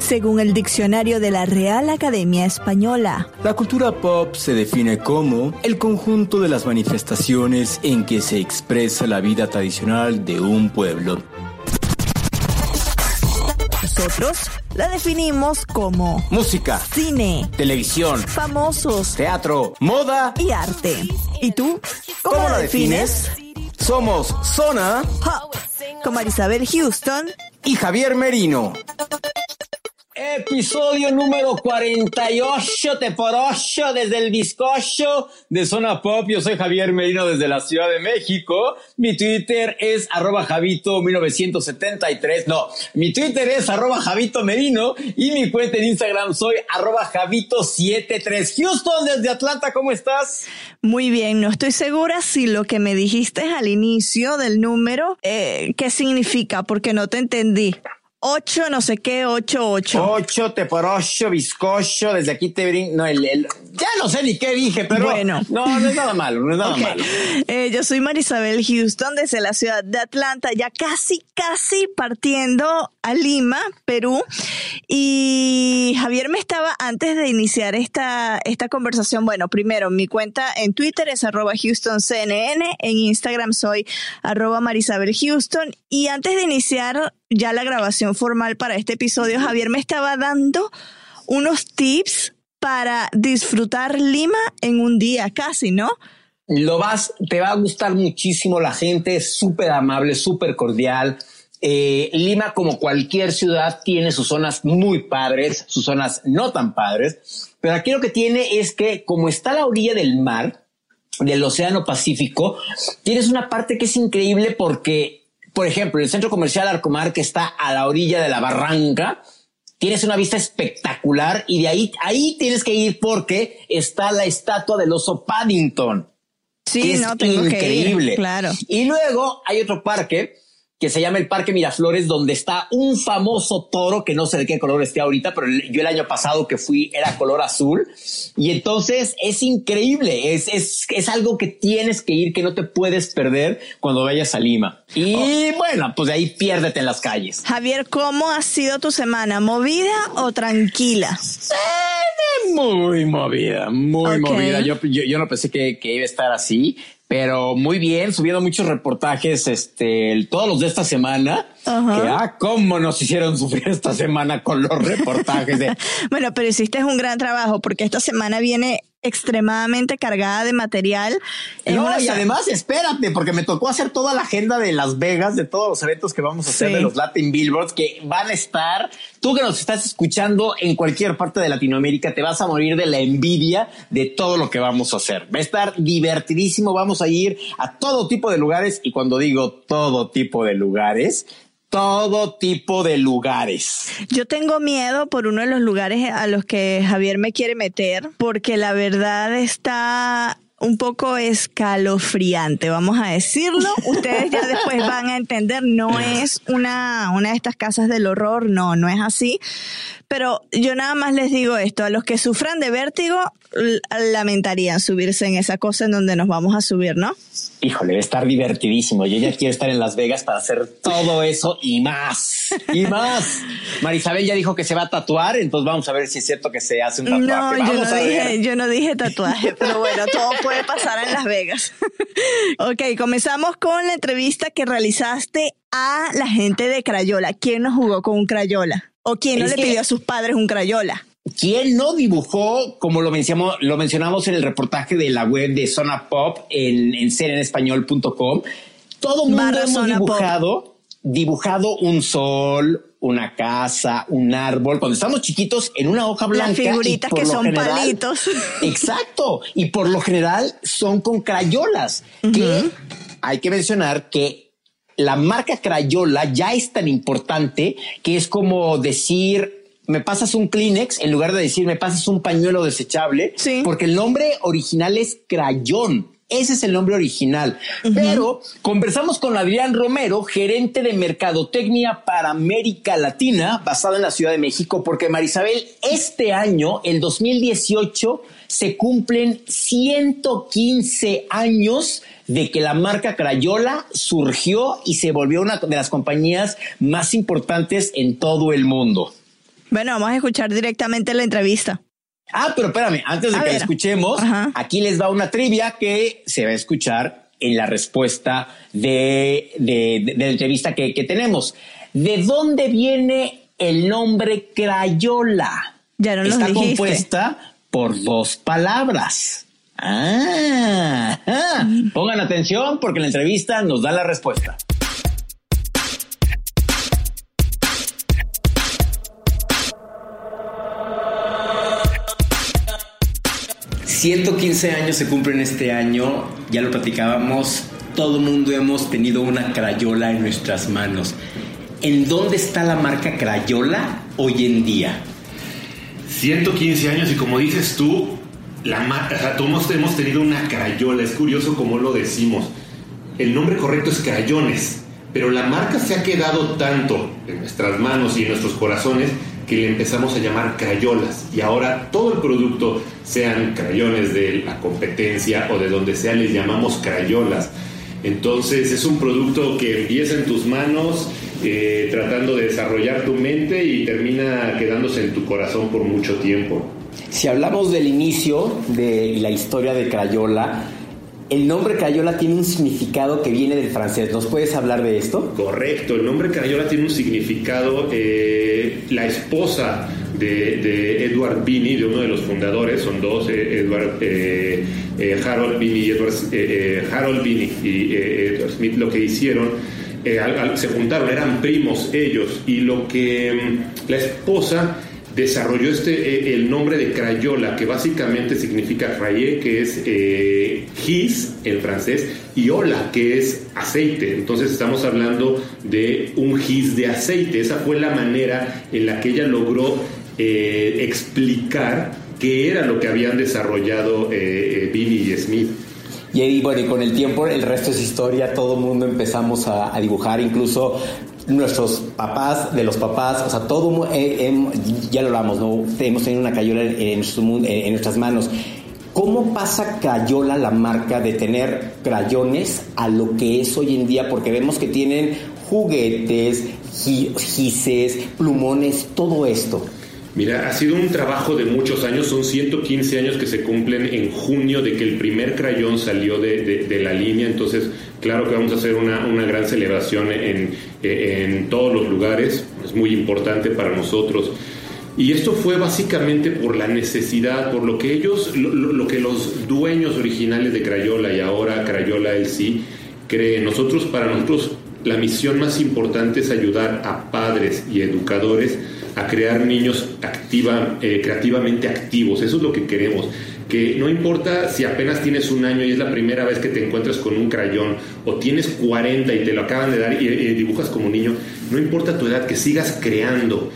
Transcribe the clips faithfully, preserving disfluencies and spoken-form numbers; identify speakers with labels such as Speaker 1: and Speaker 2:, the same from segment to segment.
Speaker 1: según el diccionario de la Real Academia Española.
Speaker 2: La cultura pop se define como el conjunto de las manifestaciones en que se expresa la vida tradicional de un pueblo.
Speaker 1: Nosotros la definimos como
Speaker 2: música,
Speaker 1: cine,
Speaker 2: televisión,
Speaker 1: famosos,
Speaker 2: teatro, moda
Speaker 1: y arte. ¿Y tú? ¿Cómo, ¿Cómo la defines?
Speaker 2: defines? Somos Zona
Speaker 1: Pop con Marisabel Houston
Speaker 2: y Javier Merino.
Speaker 3: Episodio número cuarenta y ocho, te por ocho, desde el bizcocho de Zona Pop. Yo soy Javier Merino desde la Ciudad de México. Mi Twitter es arroba Javito mil novecientos setenta y tres. No, mi Twitter es arroba Javito Merino y mi cuenta en Instagram soy arroba Javito setenta y tres. Houston, desde Atlanta, ¿cómo estás?
Speaker 1: Muy bien, no estoy segura si lo que me dijiste al inicio del número, eh, ¿qué significa? Porque no te entendí. Ocho, no sé qué, ocho, ocho.
Speaker 3: Ocho, te por ocho, bizcocho, desde aquí te brinco. No, el, el, ya no sé ni qué dije, pero
Speaker 1: bueno.
Speaker 3: No, no es nada malo, no es nada
Speaker 1: okay.
Speaker 3: malo.
Speaker 1: Eh, yo soy Marisabel Houston desde la ciudad de Atlanta, ya casi, casi partiendo a Lima, Perú. Y Javier me estaba, antes de iniciar esta, esta conversación, bueno, primero, mi cuenta en Twitter es arroba HoustonCNN, en Instagram soy arroba Marisabel Houston. Y antes de iniciar ya la grabación formal para este episodio, Javier me estaba dando unos tips para disfrutar Lima en un día casi, ¿no?
Speaker 3: Lo vas, te va a gustar muchísimo, la gente es súper amable, súper cordial. Eh, Lima, como cualquier ciudad, tiene sus zonas muy padres, sus zonas no tan padres, pero aquí lo que tiene es que como está a la orilla del mar, del Océano Pacífico, tienes una parte que es increíble porque, por ejemplo, el centro comercial Arcomar, que está a la orilla de la barranca, tienes una vista espectacular y de ahí, ahí tienes que ir porque está la estatua del oso Paddington.
Speaker 1: Sí,
Speaker 3: es
Speaker 1: no, tengo
Speaker 3: increíble.
Speaker 1: Que ir, claro.
Speaker 3: Y luego hay otro parque que se llama el Parque Miraflores, donde está un famoso toro que no sé de qué color esté ahorita, pero yo el año pasado que fui era color azul. Y entonces es increíble, es, es, es algo que tienes que ir, que no te puedes perder cuando vayas a Lima. Y oh. bueno, pues de ahí piérdete en las calles.
Speaker 1: Javier, ¿cómo ha sido tu semana? ¿Movida o tranquila?
Speaker 3: Eh, muy movida, muy okay. movida. Yo, yo, yo no pensé que, que iba a estar así. Pero muy bien, subiendo muchos reportajes, este, todos los de esta semana. Uh-huh. Que, ah, cómo nos hicieron sufrir esta semana con los reportajes. De...
Speaker 1: Bueno, pero hiciste un gran trabajo porque esta semana viene extremadamente cargada de material.
Speaker 3: No,
Speaker 1: una...
Speaker 3: y además, espérate, porque me tocó hacer toda la agenda de Las Vegas, de todos los eventos que vamos a hacer, sí. de los Latin Billboards, que van a estar, tú que nos estás escuchando en cualquier parte de Latinoamérica, te vas a morir de la envidia de todo lo que vamos a hacer. Va a estar divertidísimo, vamos a ir a todo tipo de lugares, y cuando digo todo tipo de lugares, todo tipo de lugares.
Speaker 1: Yo tengo miedo por uno de los lugares a los que Javier me quiere meter, porque la verdad está un poco escalofriante, vamos a decirlo. Ustedes ya después van a entender, no es una, una de estas casas del horror, no, no es así. Pero yo nada más les digo esto, a los que sufran de vértigo, lamentarían subirse en esa cosa en donde nos vamos a subir, ¿no?
Speaker 3: Híjole, debe estar divertidísimo. Yo ya quiero estar en Las Vegas para hacer todo eso y más, y más. Marisabel ya dijo que se va a tatuar, entonces vamos a ver si es cierto que se hace un tatuaje.
Speaker 1: No,
Speaker 3: vamos
Speaker 1: yo no,
Speaker 3: a ver.
Speaker 1: dije, yo no dije tatuaje, pero bueno, todo puede pasar en Las Vegas. Ok, comenzamos con la entrevista que realizaste a la gente de Crayola. ¿Quién nos jugó con un Crayola? ¿O quién no es le que... pidió a sus padres un Crayola?
Speaker 3: ¿Quién no dibujó, como lo mencionamos, lo mencionamos en el reportaje de la web de Zona Pop en, en c n n español punto com? Todo mundo Barra hemos dibujado, Pop. dibujado un sol, una casa, un árbol. Cuando estamos chiquitos, en una hoja blanca.
Speaker 1: Las figuritas que son
Speaker 3: general,
Speaker 1: palitos.
Speaker 3: Exacto. Y por lo general son con crayolas. Uh-huh. Que hay que mencionar que la marca Crayola ya es tan importante que es como decir, me pasas un Kleenex en lugar de decir me pasas un pañuelo desechable,
Speaker 1: sí.
Speaker 3: porque el nombre original es Crayón. Ese es el nombre original. Uh-huh. Pero conversamos con Adrián Romero, gerente de mercadotecnia para América Latina, basado en la Ciudad de México, porque Marisabel, este año, el dos mil dieciocho, se cumplen ciento quince años de que la marca Crayola surgió y se volvió una de las compañías más importantes en todo el mundo.
Speaker 1: Bueno, vamos a escuchar directamente la entrevista.
Speaker 3: Ah, pero espérame, antes de
Speaker 1: a
Speaker 3: que
Speaker 1: ver.
Speaker 3: la escuchemos, Ajá. aquí les va una trivia que se va a escuchar en la respuesta de, de, de, de la entrevista que, que tenemos. ¿De dónde viene el nombre Crayola?
Speaker 1: Ya no
Speaker 3: Está
Speaker 1: lo dijiste.
Speaker 3: compuesta por dos palabras. Ah, ah. Mm. Pongan atención porque la entrevista nos da la respuesta.
Speaker 2: ciento quince años se cumplen este año, ya lo platicábamos, todo el mundo hemos tenido una Crayola en nuestras manos. ¿En dónde está la marca Crayola hoy en día?
Speaker 4: ciento quince años y como dices tú, la marca, o sea, todos hemos tenido una Crayola, es curioso cómo lo decimos. El nombre correcto es Crayones, pero la marca se ha quedado tanto en nuestras manos y en nuestros corazones que le empezamos a llamar Crayolas, y ahora todo el producto, sean crayones de la competencia o de donde sea, les llamamos Crayolas. Entonces es un producto que empieza en tus manos, eh, tratando de desarrollar tu mente y termina quedándose en tu corazón por mucho tiempo.
Speaker 2: Si hablamos del inicio de la historia de Crayola, el nombre Crayola tiene un significado que viene del francés. ¿Nos puedes hablar de esto?
Speaker 4: Correcto, el nombre Crayola tiene un significado. Eh, la esposa de, de Edward Binney, de uno de los fundadores, son dos, eh, Edward, eh, eh, Harold Binney y Edward, eh, Harold Binney y eh, Edward Smith, lo que hicieron, eh, al, al, se juntaron, eran primos ellos, y lo que mm, la esposa desarrolló este eh, el nombre de Crayola, que básicamente significa crayé, que es eh, gis en francés, y ola, que es aceite. Entonces estamos hablando de un gis de aceite. Esa fue la manera en la que ella logró eh, explicar qué era lo que habían desarrollado eh, eh, Binney y Smith.
Speaker 2: Y bueno, y con el tiempo el resto es historia. Todo el mundo empezamos a, a dibujar, incluso nuestros papás, de los papás, o sea, todo, eh, eh, ya lo hablamos, ¿no? Hemos tenido una Crayola en, en, su, en nuestras manos. ¿Cómo pasa Crayola, la marca, de tener crayones a lo que es hoy en día? Porque vemos que tienen juguetes, gises, plumones, todo esto.
Speaker 4: Mira, ha sido un trabajo de muchos años, son ciento quince años que se cumplen en junio de que el primer crayón salió de, de, de la línea. Entonces, claro que vamos a hacer una, una gran celebración en, en todos los lugares, es muy importante para nosotros. Y esto fue básicamente por la necesidad, por lo que ellos, lo, lo que los dueños originales de Crayola y ahora Crayola L C creen. Nosotros, para nosotros, la misión más importante es ayudar a padres y educadores a crear niños activa, eh, creativamente activos. Eso es lo que queremos, que no importa si apenas tienes un año y es la primera vez que te encuentras con un crayón, o tienes cuarenta y te lo acaban de dar y, y dibujas como niño, no importa tu edad, que sigas creando.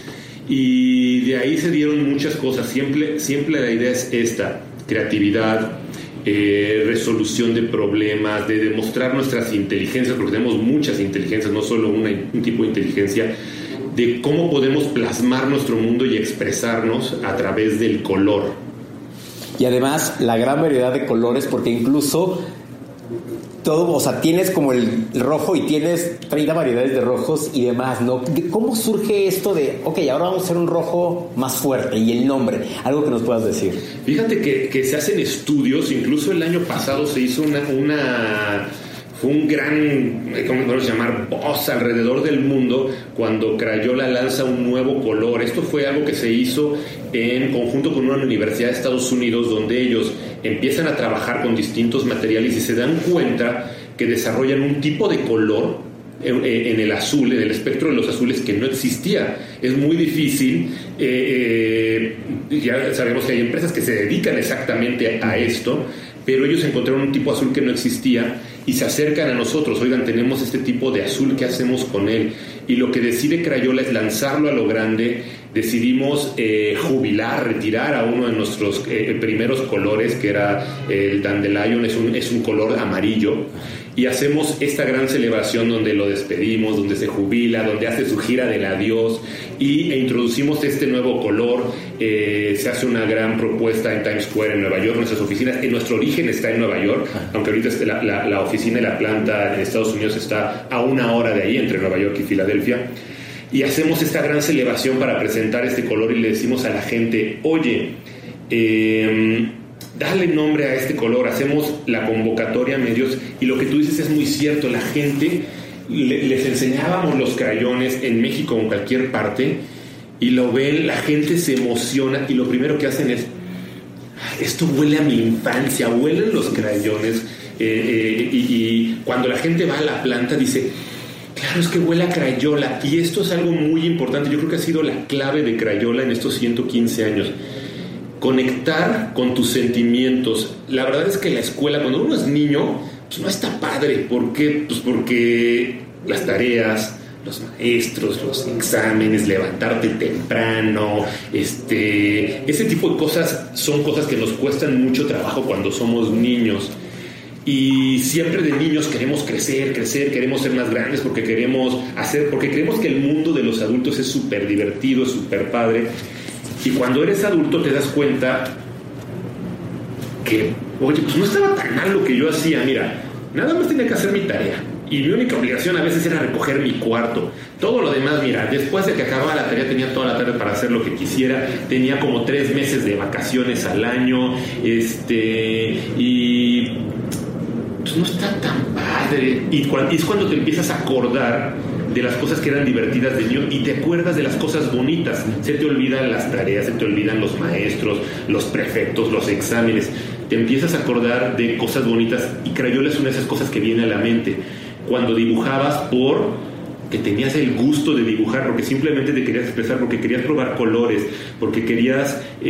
Speaker 4: Y de ahí se dieron muchas cosas. Siempre, siempre la idea es esta: creatividad, eh, resolución de problemas, de demostrar nuestras inteligencias, porque tenemos muchas inteligencias, no solo una, un tipo de inteligencia, de cómo podemos plasmar nuestro mundo y expresarnos a través del color.
Speaker 2: Y además la gran variedad de colores, porque incluso todo, o sea, tienes como el rojo y tienes treinta variedades de rojos y demás, ¿no? ¿Cómo surge esto de, ok, ahora vamos a hacer un rojo más fuerte, y el nombre? Algo que nos puedas decir.
Speaker 4: Fíjate que, que se hacen estudios, incluso el año pasado se hizo una... una fue un gran, ¿cómo podemos llamar?, buzz alrededor del mundo cuando Crayola lanza un nuevo color. Esto fue algo que se hizo en conjunto con una universidad de Estados Unidos, donde ellos empiezan a trabajar con distintos materiales y se dan cuenta que desarrollan un tipo de color en, en el azul, en el espectro de los azules, que no existía. Es muy difícil. Eh, eh, ya sabemos que hay empresas que se dedican exactamente a esto, pero ellos encontraron un tipo azul que no existía y se acercan a nosotros. Oigan, tenemos este tipo de azul, ¿qué hacemos con él? Y lo que decide Crayola es lanzarlo a lo grande. Decidimos eh, jubilar, retirar a uno de nuestros eh, primeros colores, que era el Dandelion, es un, es un color amarillo, y hacemos esta gran celebración donde lo despedimos, donde se jubila, donde hace su gira del adiós, y e introducimos este nuevo color. Eh, se hace una gran propuesta en Times Square en Nueva York. Nuestras oficinas, en nuestro origen está en Nueva York, aunque ahorita la, la, la oficina y la planta en Estados Unidos está a una hora de ahí, entre Nueva York y Filadelfia. y hacemos esta gran celebración para presentar este color y le decimos a la gente, oye, eh, dale nombre a este color. Hacemos la convocatoria a medios y lo que tú dices es muy cierto. La gente, le, les enseñábamos los crayones en México o en cualquier parte y lo ven, la gente se emociona y lo primero que hacen es, esto huele a mi infancia, huelen los crayones. Eh, eh, y, y cuando la gente va a la planta dice, claro, es que huele a Crayola. Y esto es algo muy importante. Yo creo que ha sido la clave de Crayola en estos ciento quince años. Conectar con tus sentimientos. La verdad es que la escuela, cuando uno es niño, pues no está padre. ¿Por qué? Pues porque las tareas, los maestros, los exámenes, levantarte temprano, este, ese tipo de cosas son cosas que nos cuestan mucho trabajo cuando somos niños. Y siempre de niños queremos crecer, crecer, queremos ser más grandes porque queremos hacer, porque creemos que el mundo de los adultos es súper divertido, es súper padre. Y cuando eres adulto te das cuenta que, oye, pues no estaba tan mal lo que yo hacía. Mira, nada más tenía que hacer mi tarea. Y mi única obligación a veces era recoger mi cuarto. Todo lo demás, mira, después de que acababa la tarea tenía toda la tarde para hacer lo que quisiera. Tenía como tres meses de vacaciones al año. Este, y pues no está tan padre. Y, cu- y es cuando te empiezas a acordar de las cosas que eran divertidas de niño y te acuerdas de las cosas bonitas. Se te olvidan las tareas, se te olvidan los maestros, los prefectos, los exámenes. Te empiezas a acordar de cosas bonitas y Crayola es una de esas cosas que viene a la mente. Cuando dibujabas por que tenías el gusto de dibujar, porque simplemente te querías expresar, porque querías probar colores, porque querías eh,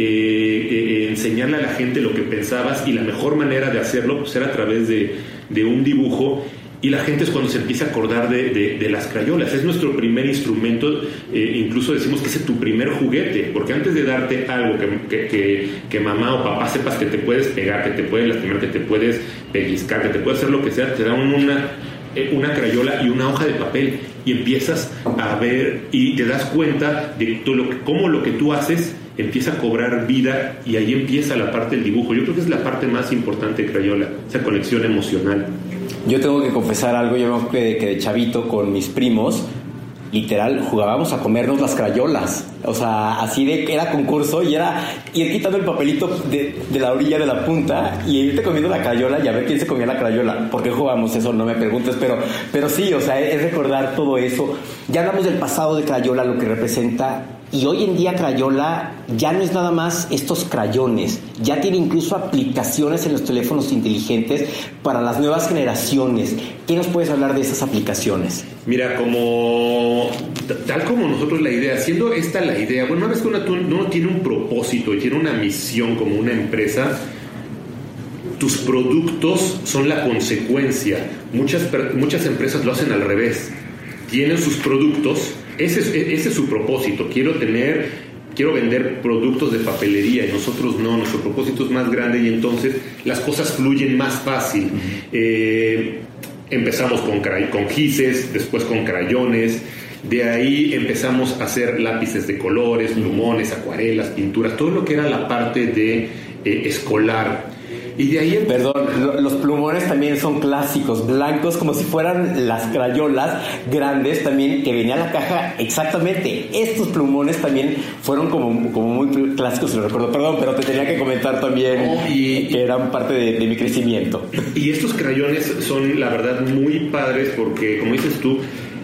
Speaker 4: eh, enseñarle a la gente lo que pensabas, y la mejor manera de hacerlo pues era a través de, de un dibujo. Y la gente es cuando se empieza a acordar de, de, de las crayolas. Es nuestro primer instrumento, eh, incluso decimos que es tu primer juguete, porque antes de darte algo que, que, que, que mamá o papá sepas que te puedes pegar, que te puedes lastimar, que te puedes pellizcar, que te puede hacer lo que sea, te dan una, eh, una crayola y una hoja de papel, y empiezas a ver y te das cuenta de todo lo que, cómo lo que tú haces empieza a cobrar vida, y ahí empieza la parte del dibujo. Yo creo que es la parte más importante de Crayola, esa conexión emocional.
Speaker 2: Yo tengo que confesar algo. Yo me acuerdo que, que de chavito con mis primos, literal, jugábamos a comernos las crayolas. O sea, así de que era concurso y era ir quitando el papelito de, de la orilla de la punta y irte comiendo la crayola y a ver quién se comía la crayola. ¿Por qué jugábamos eso? No me preguntes, pero, pero sí, o sea, es recordar todo eso. Ya hablamos del pasado de Crayola, lo que representa. Y hoy en día Crayola ya no es nada más estos crayones, ya tiene incluso aplicaciones en los teléfonos inteligentes para las nuevas generaciones. ¿Qué nos puedes hablar de esas aplicaciones?
Speaker 4: Mira, como tal como nosotros la idea, siendo esta la idea, bueno, una vez que uno, uno tiene un propósito y tiene una misión como una empresa, tus productos son la consecuencia. Muchas, muchas empresas lo hacen al revés. Tienen sus productos. Ese es, ese es su propósito. Quiero tener, quiero vender productos de papelería, y nosotros no. Nuestro propósito es más grande y entonces las cosas fluyen más fácil. Eh, empezamos con, con gises, después con crayones. De ahí empezamos a hacer lápices de colores, plumones, acuarelas, pinturas, todo lo que era la parte de eh, escolar. Y de ahí...
Speaker 2: Perdón, los plumones también son clásicos, blancos, como si fueran las crayolas grandes también, que venía a la caja exactamente. Estos plumones también fueron como, como muy clásicos, si lo recuerdo. Perdón, pero te tenía que comentar también oh, y, que eran parte de, de mi crecimiento.
Speaker 4: Y estos crayones son, la verdad, muy padres porque, como dices tú,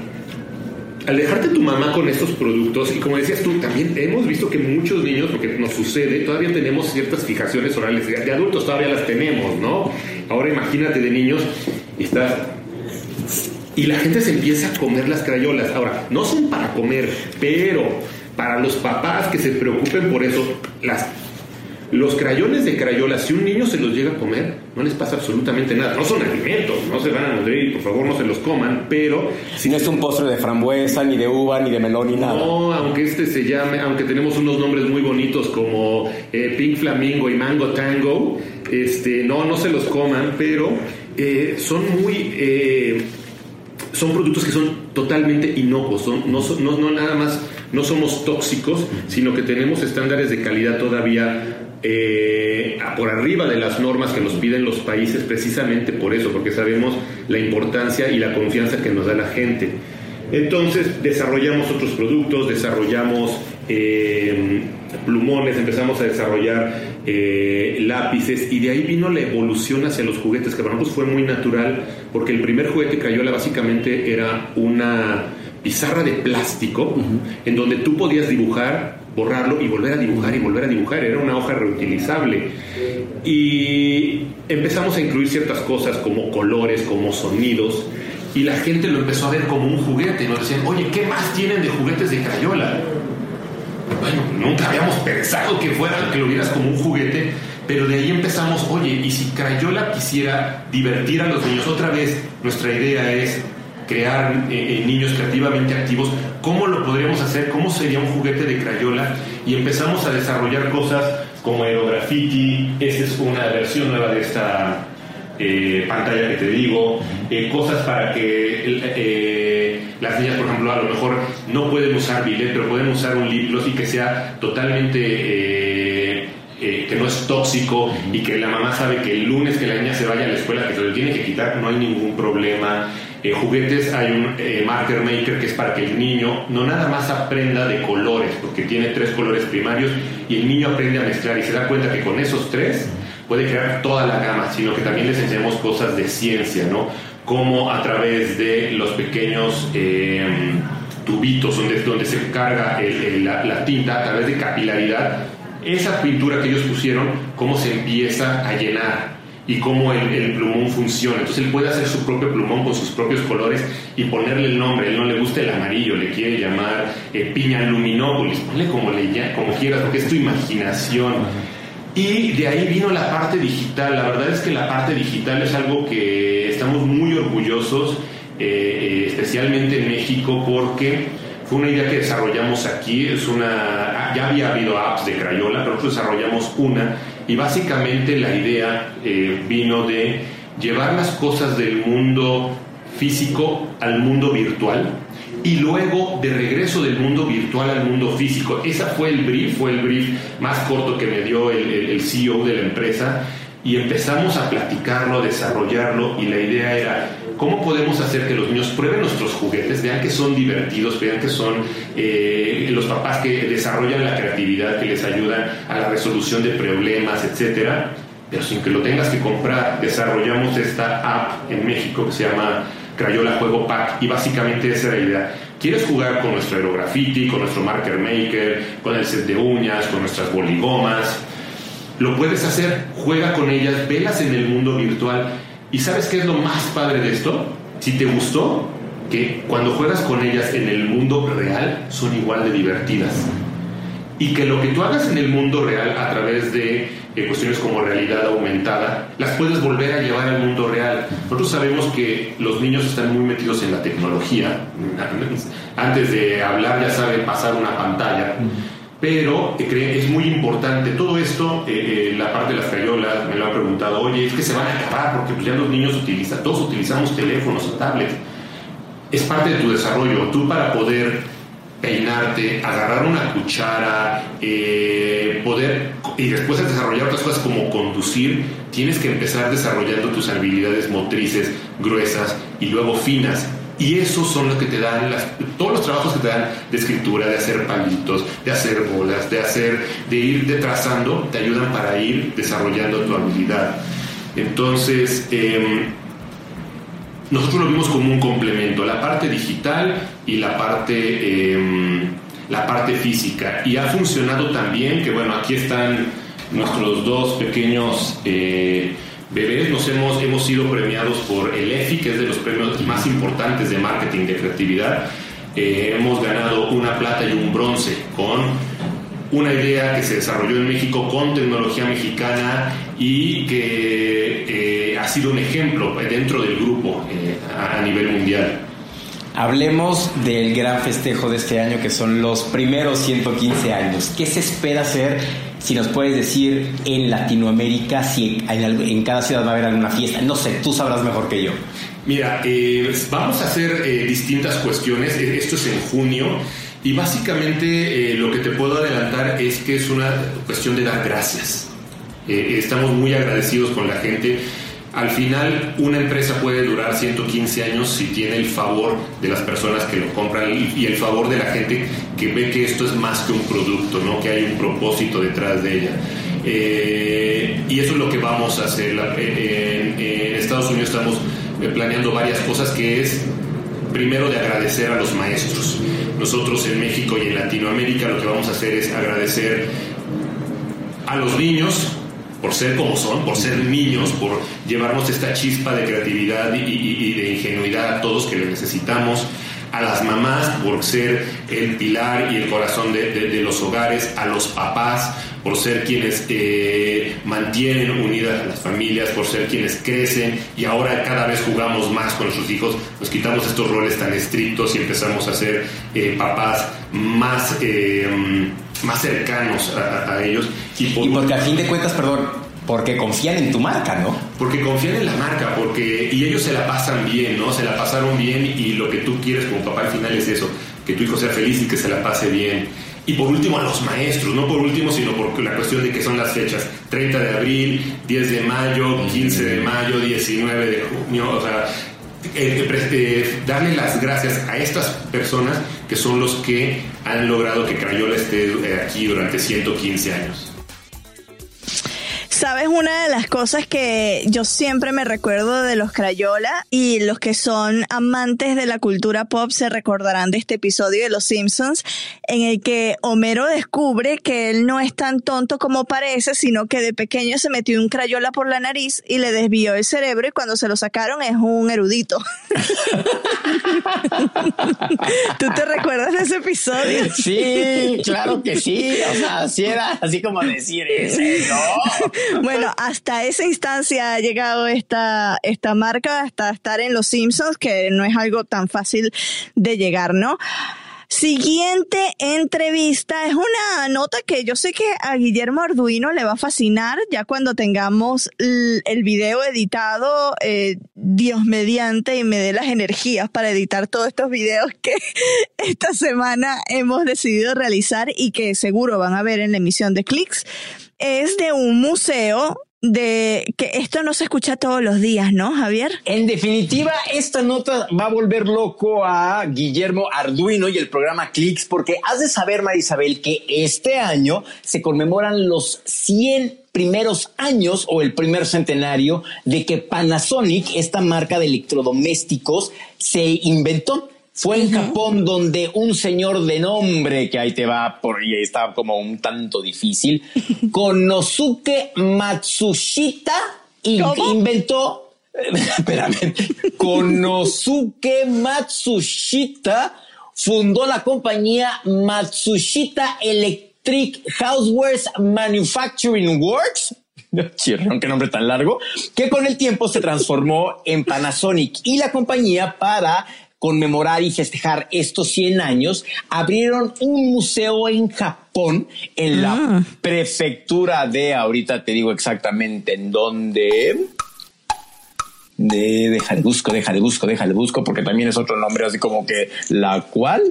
Speaker 4: al dejarte tu mamá con estos productos, y como decías tú, también hemos visto que muchos niños, porque nos sucede, todavía tenemos ciertas fijaciones orales, de adultos todavía las tenemos, ¿no? Ahora imagínate de niños, y estás... y la gente se empieza a comer las crayolas. Ahora, no son para comer, pero para los papás que se preocupen por eso, las... los crayones de Crayola, si un niño se los llega a comer, no les pasa absolutamente nada. No son alimentos, no se van a nutrir, por favor no se los coman, pero...
Speaker 2: si no es un postre de frambuesa, ni de uva, ni de melón, ni nada.
Speaker 4: No, aunque este se llame, aunque tenemos unos nombres muy bonitos como eh, Pink Flamingo y Mango Tango, este, no, no se los coman, pero eh, son muy... Eh, son productos que son totalmente inocuos, son, no, no, no nada más, no somos tóxicos, sino que tenemos estándares de calidad todavía eh, por arriba de las normas que nos piden los países, precisamente por eso, porque sabemos la importancia y la confianza que nos da la gente. Entonces desarrollamos otros productos, desarrollamos eh, plumones, empezamos a desarrollar eh, lápices, y de ahí vino la evolución hacia los juguetes, que para nosotros fue muy natural, porque el primer juguete Crayola básicamente era una pizarra de plástico, uh-huh, en donde tú podías dibujar, borrarlo y volver a dibujar y volver a dibujar. Era una hoja reutilizable, y empezamos a incluir ciertas cosas como colores, como sonidos, y la gente lo empezó a ver como un juguete. Nos decían, oye, ¿qué más tienen de juguetes de Crayola? Bueno, nunca habíamos pensado que fuera, que lo vieras como un juguete, pero de ahí empezamos, oye, y si Crayola quisiera divertir a los niños, otra vez nuestra idea es crear eh, niños creativamente activos. ¿Cómo lo podríamos hacer? ¿Cómo sería un juguete de Crayola? Y empezamos a desarrollar cosas como aerograffiti. Esta es una versión nueva de esta eh, pantalla que te digo. Eh, cosas para que eh, las niñas, por ejemplo, a lo mejor no pueden usar billet, pero pueden usar un lip gloss y que sea totalmente... Eh, Eh, que no es tóxico, y que la mamá sabe que el lunes que la niña se vaya a la escuela, que se lo tiene que quitar, no hay ningún problema. Eh, juguetes, hay un eh, marker maker, que es para que el niño no nada más aprenda de colores, porque tiene tres colores primarios, y el niño aprende a mezclar y se da cuenta que con esos tres puede crear toda la gama, sino que también les enseñamos cosas de ciencia, ¿no? Como a través de los pequeños eh, tubitos donde, donde se carga el, el, la, la tinta, a través de capilaridad, esa pintura que ellos pusieron, cómo se empieza a llenar y cómo el, el plumón funciona. Entonces él puede hacer su propio plumón con sus propios colores y ponerle el nombre. Él no le gusta el amarillo, le quiere llamar eh, piña luminópolis, ponle como, le, como quieras, porque es tu imaginación. Y de ahí vino la parte digital. La verdad es que la parte digital es algo que estamos muy orgullosos, eh, eh, especialmente en México, porque fue una idea que desarrollamos aquí. Es una, ya había habido apps de Crayola, pero nosotros desarrollamos una, y básicamente la idea eh, vino de llevar las cosas del mundo físico al mundo virtual, y luego de regreso del mundo virtual al mundo físico. Esa fue el brief, fue el brief más corto que me dio el, el, el C E O de la empresa, y empezamos a platicarlo, a desarrollarlo, y la idea era cómo podemos hacer que los niños prueben nuestros juguetes, vean que son divertidos, vean que son eh, los papás que desarrollan la creatividad, que les ayudan a la resolución de problemas, etcétera, pero sin que lo tengas que comprar. Desarrollamos esta app en México que se llama Crayola Juego Pack, y básicamente esa era la idea. ¿Quieres jugar con nuestro aerograffiti, con nuestro marker maker, con el set de uñas, con nuestras boligomas? Lo puedes hacer, juega con ellas, velas en el mundo virtual. ¿Y sabes qué es lo más padre de esto? Si te gustó, que cuando juegas con ellas en el mundo real son igual de divertidas. Y que lo que tú hagas en el mundo real a través de eh, cuestiones como realidad aumentada, las puedes volver a llevar al mundo real. Nosotros sabemos que los niños están muy metidos en la tecnología. Antes de hablar ya saben pasar una pantalla. Pero eh, es muy importante todo esto. eh, eh, la parte de las Crayolas me lo han preguntado, oye, es que se van a acabar porque pues ya los niños utilizan, todos utilizamos teléfonos o tablets. Es parte de tu desarrollo. Tú, para poder peinarte, agarrar una cuchara, eh, poder, y después desarrollar otras cosas como conducir, tienes que empezar desarrollando tus habilidades motrices gruesas y luego finas. Y esos son los que te dan, las, todos los trabajos que te dan de escritura, de hacer palitos, de hacer bolas, de hacer, de ir de trazando, te ayudan para ir desarrollando tu habilidad. Entonces, eh, nosotros lo vimos como un complemento, la parte digital y la parte, eh, la parte física. Y ha funcionado también, que bueno, aquí están nuestros dos pequeños eh, bebés. Nos hemos, hemos sido premiados por el E F I, que es de los premios más importantes de marketing de creatividad. Eh, hemos ganado una plata y un bronce con una idea que se desarrolló en México con tecnología mexicana y que eh, ha sido un ejemplo dentro del grupo eh, a nivel mundial.
Speaker 2: Hablemos del gran festejo de este año, que son los primeros ciento quince años. ¿Qué se espera hacer? Si nos puedes decir en Latinoamérica, si en, en cada ciudad va a haber alguna fiesta. No sé, tú sabrás mejor que yo.
Speaker 4: Mira, eh, vamos a hacer eh, distintas cuestiones. Esto es en junio. Y básicamente eh, lo que te puedo adelantar es que es una cuestión de dar gracias. Eh, estamos muy agradecidos con la gente. Al final, una empresa puede durar ciento quince años si tiene el favor de las personas que lo compran y el favor de la gente que ve que esto es más que un producto, ¿no? Que hay un propósito detrás de ella. Eh, y eso es lo que vamos a hacer. En, en Estados Unidos estamos planeando varias cosas, que es primero de agradecer a los maestros. Nosotros en México y en Latinoamérica lo que vamos a hacer es agradecer a los niños por ser como son, por ser niños, por llevarnos esta chispa de creatividad y, y, y de ingenuidad a todos que lo necesitamos, a las mamás por ser el pilar y el corazón de, de, de los hogares, a los papás por ser quienes eh, mantienen unidas a las familias, por ser quienes crecen y ahora cada vez jugamos más con nuestros hijos, nos quitamos estos roles tan estrictos y empezamos a ser eh, papás más... Eh, más cercanos a, a ellos.
Speaker 2: Y, por, y porque a fin de cuentas, perdón, porque confían en tu marca, ¿no?
Speaker 4: Porque confían en la marca, porque y ellos se la pasan bien, ¿no? Se la pasaron bien y lo que tú quieres como papá al final es eso, que tu hijo sea feliz y que se la pase bien. Y por último a los maestros, no por último, sino por la cuestión de que son las fechas, treinta de abril, diez de mayo, quince de mayo, diecinueve de junio, o sea... Eh, eh, darle las gracias a estas personas que son los que han logrado que Crayola esté eh, aquí durante ciento quince años.
Speaker 1: ¿Sabes? Una de las cosas que yo siempre me recuerdo de los Crayola, y los que son amantes de la cultura pop se recordarán de este episodio de Los Simpsons, en el que Homero descubre que él no es tan tonto como parece, sino que de pequeño se metió un Crayola por la nariz y le desvió el cerebro, y cuando se lo sacaron es un erudito. ¿Tú te recuerdas de ese episodio?
Speaker 3: Sí, claro que sí. O sea, sí era así como decir eso, ¿no?
Speaker 1: Bueno, hasta esa instancia ha llegado esta, esta marca, hasta estar en Los Simpsons, que no es algo tan fácil de llegar, ¿no? Siguiente entrevista es una nota que yo sé que a Guillermo Arduino le va a fascinar ya cuando tengamos el, el video editado, eh, Dios mediante, y me dé las energías para editar todos estos videos que esta semana hemos decidido realizar y que seguro van a ver en la emisión de Clix. Es de un museo de que esto no se escucha todos los días, ¿no, Javier?
Speaker 3: En definitiva, esta nota va a volver loco a Guillermo Arduino y el programa Clix, porque has de saber, Marisabel, que este año se conmemoran los cien primeros años o el primer centenario de que Panasonic, esta marca de electrodomésticos, se inventó. Fue en uh-huh. Japón, donde un señor de nombre, que ahí te va, por y está como un tanto difícil, Konosuke Matsushita, in, inventó, espérame, Konosuke Matsushita fundó la compañía Matsushita Electric Housewares Manufacturing Works. Chirrón, qué nombre tan largo, que con el tiempo se transformó en Panasonic, y la compañía, para conmemorar y festejar estos cien años, abrieron un museo en Japón, en la ah. prefectura de, ahorita te digo exactamente en dónde, de, déjale busco, déjale busco, déjale busco, porque también es otro nombre así como que, ¿la cual?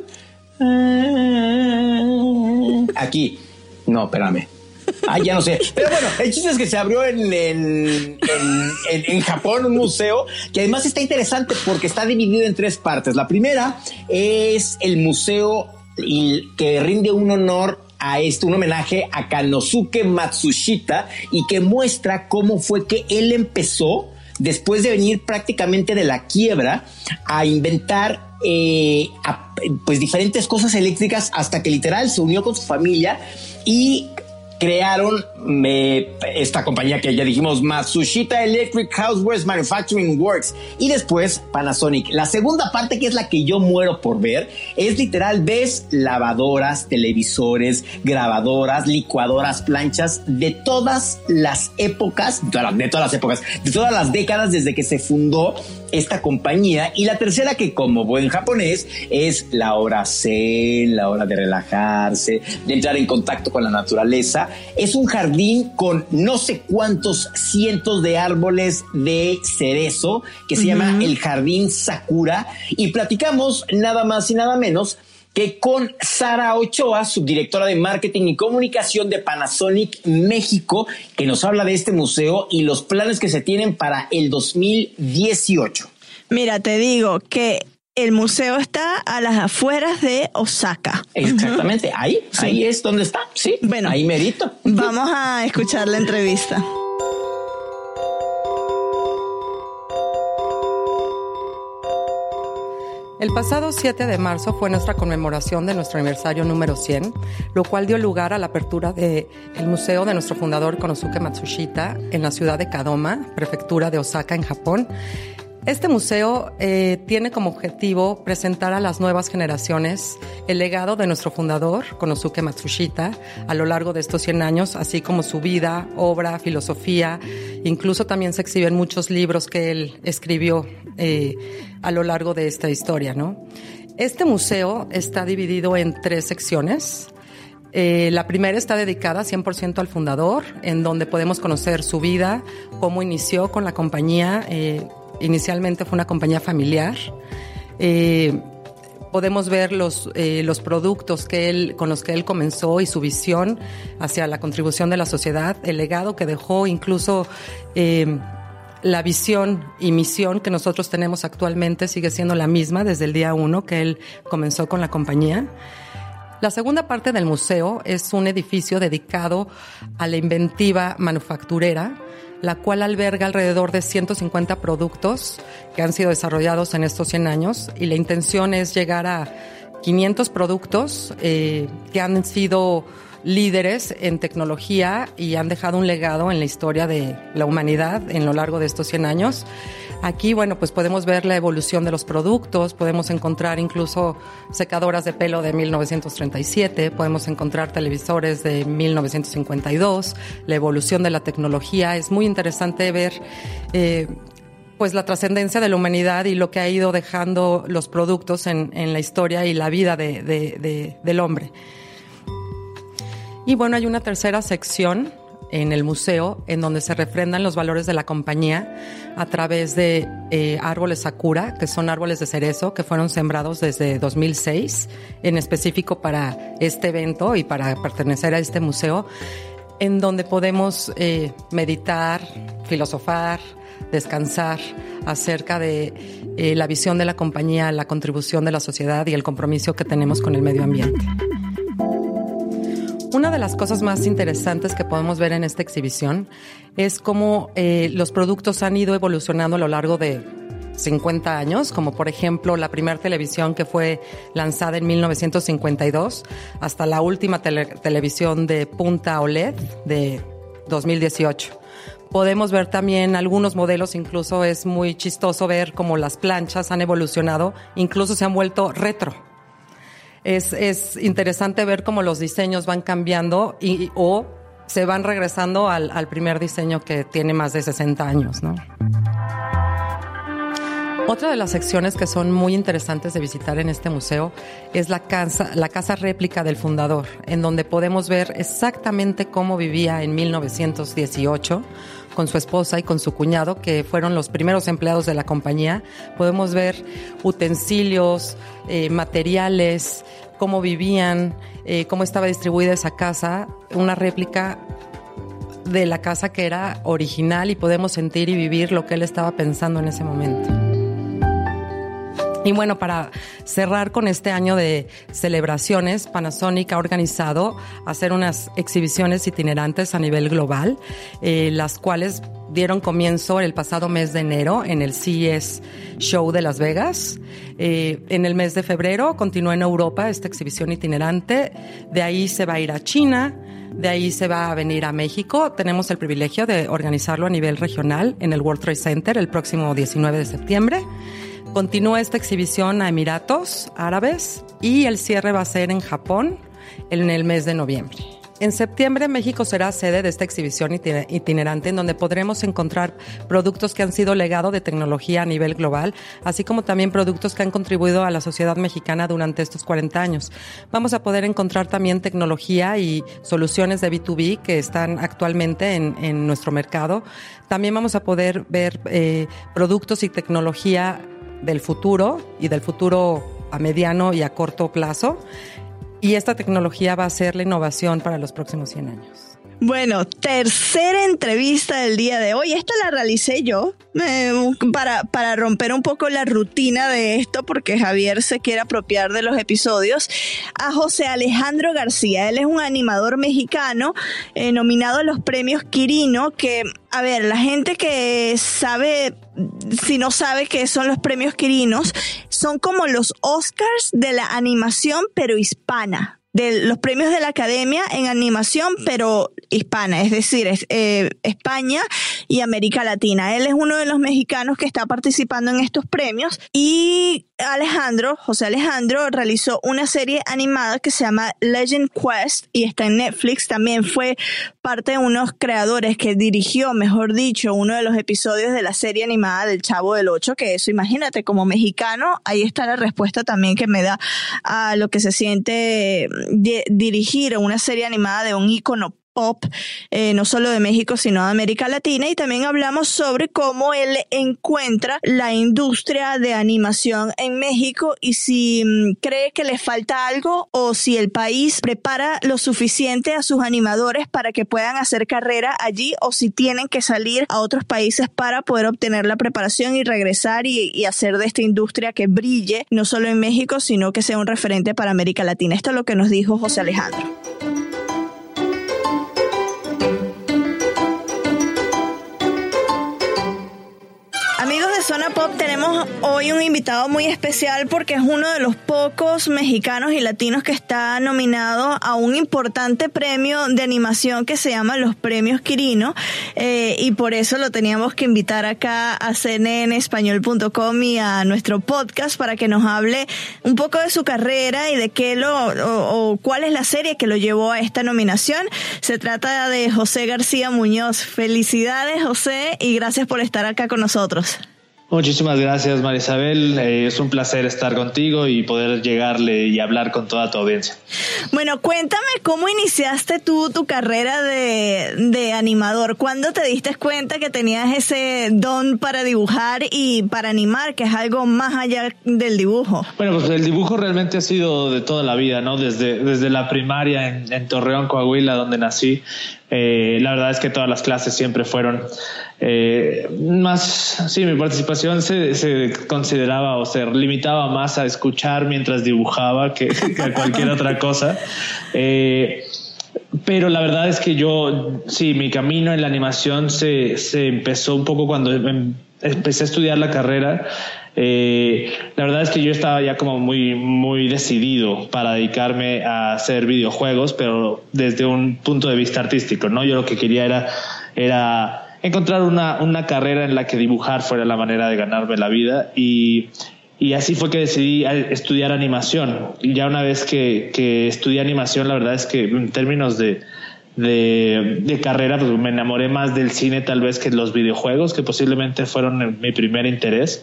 Speaker 3: Aquí, no, espérame. Ah, ya no sé. Pero bueno, el chiste es que se abrió en, en, en, en, en Japón un museo que además está interesante porque está dividido en tres partes. La primera es el museo que rinde un honor a este, un homenaje a Konosuke Matsushita, y que muestra cómo fue que él empezó, después de venir prácticamente de la quiebra, a inventar eh, a, pues diferentes cosas eléctricas, hasta que literal se unió con su familia y crearon eh, esta compañía que ya dijimos, Matsushita Electric Housewares Manufacturing Works, y después Panasonic. La segunda parte, que es la que yo muero por ver, es literal, ves lavadoras, televisores, grabadoras, licuadoras, planchas de todas las épocas, de todas las épocas, de todas las décadas desde que se fundó esta compañía. Y la tercera, que como buen japonés, es la hora zen, la hora de relajarse, de entrar en contacto con la naturaleza, Sakura es un jardín con no sé cuántos cientos de árboles de cerezo que se uh-huh. llama el Jardín Sakura, y platicamos nada más y nada menos que con Sara Ochoa, subdirectora de Marketing y Comunicación de Panasonic México, que nos habla de este museo y los planes que se tienen para el dos mil dieciocho.
Speaker 1: Mira, te digo que el museo está a las afueras de Osaka.
Speaker 3: Exactamente, uh-huh. ahí, sí. ahí es donde está, sí, bueno, ahí merito.
Speaker 1: Vamos a escuchar la entrevista.
Speaker 5: El pasado siete de marzo fue nuestra conmemoración de nuestro aniversario número cien, lo cual dio lugar a la apertura del museo de nuestro fundador Konosuke Matsushita en la ciudad de Kadoma, prefectura de Osaka, en Japón. Este museo eh, tiene como objetivo presentar a las nuevas generaciones el legado de nuestro fundador, Konosuke Matsushita, a lo largo de estos cien años, así como su vida, obra, filosofía. Incluso también se exhiben muchos libros que él escribió eh, a lo largo de esta historia, ¿no? Este museo está dividido en tres secciones. Eh, la primera está dedicada cien por ciento al fundador, en donde podemos conocer su vida, cómo inició con la compañía. Eh, inicialmente fue una compañía familiar. Eh, podemos ver los, eh, los productos que él, con los que él comenzó y su visión hacia la contribución de la sociedad, el legado que dejó, incluso eh, la visión y misión que nosotros tenemos actualmente sigue siendo la misma desde el día uno que él comenzó con la compañía. La segunda parte del museo es un edificio dedicado a la inventiva manufacturera, la cual alberga alrededor de ciento cincuenta productos que han sido desarrollados en estos cien años, y la intención es llegar a quinientos productos eh, que han sido líderes en tecnología y han dejado un legado en la historia de la humanidad en lo largo de estos cien años. Aquí, bueno, pues podemos ver la evolución de los productos, podemos encontrar incluso secadoras de pelo de mil novecientos treinta y siete, podemos encontrar televisores de mil novecientos cincuenta y dos, la evolución de la tecnología. Es muy interesante ver eh, pues la trascendencia de la humanidad y lo que ha ido dejando los productos en, en la historia y la vida de, de, de, del hombre. Y bueno, hay una tercera sección en el museo en donde se refrendan los valores de la compañía a través de eh, árboles Sakura, que son árboles de cerezo que fueron sembrados desde dos mil seis, en específico para este evento y para pertenecer a este museo, en donde podemos eh, meditar, filosofar, descansar acerca de eh, la visión de la compañía, la contribución de la sociedad y el compromiso que tenemos con el medio ambiente. Una de las cosas más interesantes que podemos ver en esta exhibición es cómo eh, los productos han ido evolucionando a lo largo de cincuenta años, como por ejemplo la primera televisión que fue lanzada en mil novecientos cincuenta y dos hasta la última tele- televisión de punta O L E D de dos mil dieciocho. Podemos ver también algunos modelos, incluso es muy chistoso ver cómo las planchas han evolucionado, incluso se han vuelto retro. Es, es interesante ver cómo los diseños van cambiando y, o se van regresando al, al primer diseño que tiene más de sesenta años, ¿no? Otra de las secciones que son muy interesantes de visitar en este museo es la casa, la casa réplica del fundador, en donde podemos ver exactamente cómo vivía en mil novecientos dieciocho con su esposa y con su cuñado, que fueron los primeros empleados de la compañía. Podemos ver utensilios, eh, materiales, cómo vivían, eh, cómo estaba distribuida esa casa, una réplica de la casa que era original, y podemos sentir y vivir lo que él estaba pensando en ese momento. Y bueno, para cerrar con este año de celebraciones, Panasonic ha organizado hacer unas exhibiciones itinerantes a nivel global, eh, las cuales dieron comienzo el pasado mes de enero en el C E S Show de Las Vegas. Eh, en el mes de febrero continúa en Europa esta exhibición itinerante, de ahí se va a ir a China, de ahí se va a venir a México. Tenemos el privilegio de organizarlo a nivel regional en el World Trade Center el próximo diecinueve de septiembre. Continúa esta exhibición a Emiratos Árabes y el cierre va a ser en Japón en el mes de noviembre. En septiembre, México será sede de esta exhibición itinerante en donde podremos encontrar productos que han sido legado de tecnología a nivel global, así como también productos que han contribuido a la sociedad mexicana durante estos cuarenta años. Vamos a poder encontrar también tecnología y soluciones de B dos B que están actualmente en, en nuestro mercado. También vamos a poder ver eh, productos y tecnología del futuro y del futuro a mediano y a corto plazo. Y esta tecnología va a ser la innovación para los próximos cien años.
Speaker 1: Bueno, tercera entrevista del día de hoy. Esta la realicé yo eh, para, para romper un poco la rutina de esto, porque Javier se quiere apropiar de los episodios. A José Alejandro García. Él es un animador mexicano eh, nominado a los premios Quirino, que, a ver, la gente que sabe, si no sabe qué son los premios Quirinos, son como los Oscars de la animación, pero hispana. De los premios de la Academia en animación, pero hispana, es decir, es, eh, España y América Latina. Él es uno de los mexicanos que está participando en estos premios, y Alejandro, José Alejandro, realizó una serie animada que se llama Legend Quest y está en Netflix. También fue parte de unos creadores que dirigió, mejor dicho, uno de los episodios de la serie animada del Chavo del Ocho, que eso, imagínate, como mexicano, ahí está la respuesta también que me da a lo que se siente de dirigir una serie animada de un ícono pop, eh, no solo de México, sino de América Latina. Y también hablamos sobre cómo él encuentra la industria de animación en México y si mmm, cree que le falta algo o si el país prepara lo suficiente a sus animadores para que puedan hacer carrera allí, o si tienen que salir a otros países para poder obtener la preparación y regresar y, y hacer de esta industria que brille, no solo en México, sino que sea un referente para América Latina. Esto es lo que nos dijo José Alejandro. Amigos de Zona Pop, tenemos hoy un invitado muy especial porque es uno de los pocos mexicanos y latinos que está nominado a un importante premio de animación que se llama los Premios Quirino, eh, y por eso lo teníamos que invitar acá a c n n español punto com y a nuestro podcast para que nos hable un poco de su carrera y de qué lo o, o cuál es la serie que lo llevó a esta nominación. Se trata de José García Muñoz. Felicidades, José, y gracias por estar acá con nosotros.
Speaker 6: Muchísimas gracias, María Isabel. Eh, es un placer estar contigo y poder llegarle y hablar con toda tu audiencia.
Speaker 1: Bueno, cuéntame cómo iniciaste tú tu carrera de, de animador. ¿Cuándo te diste cuenta que tenías ese don para dibujar y para animar, que es algo más allá del dibujo?
Speaker 6: Bueno, pues el dibujo realmente ha sido de toda la vida, ¿no? Desde, desde la primaria en, en Torreón, Coahuila, donde nací. Eh, la verdad es que todas las clases siempre fueron eh, más, sí, mi participación se, se consideraba o se limitaba más a escuchar mientras dibujaba que, que a cualquier otra cosa. Eh, pero la verdad es que yo, sí, mi camino en la animación se, se empezó un poco cuando em, empecé a estudiar la carrera. Eh, la verdad es que yo estaba ya como muy, muy decidido para dedicarme a hacer videojuegos, pero desde un punto de vista artístico, ¿no? Yo lo que quería era, era encontrar una, una carrera en la que dibujar fuera la manera de ganarme la vida, y, y así fue que decidí estudiar animación. Y ya una vez que, que estudié animación, la verdad es que en términos de De, de carrera, pues me enamoré más del cine tal vez que los videojuegos, que posiblemente fueron mi primer interés,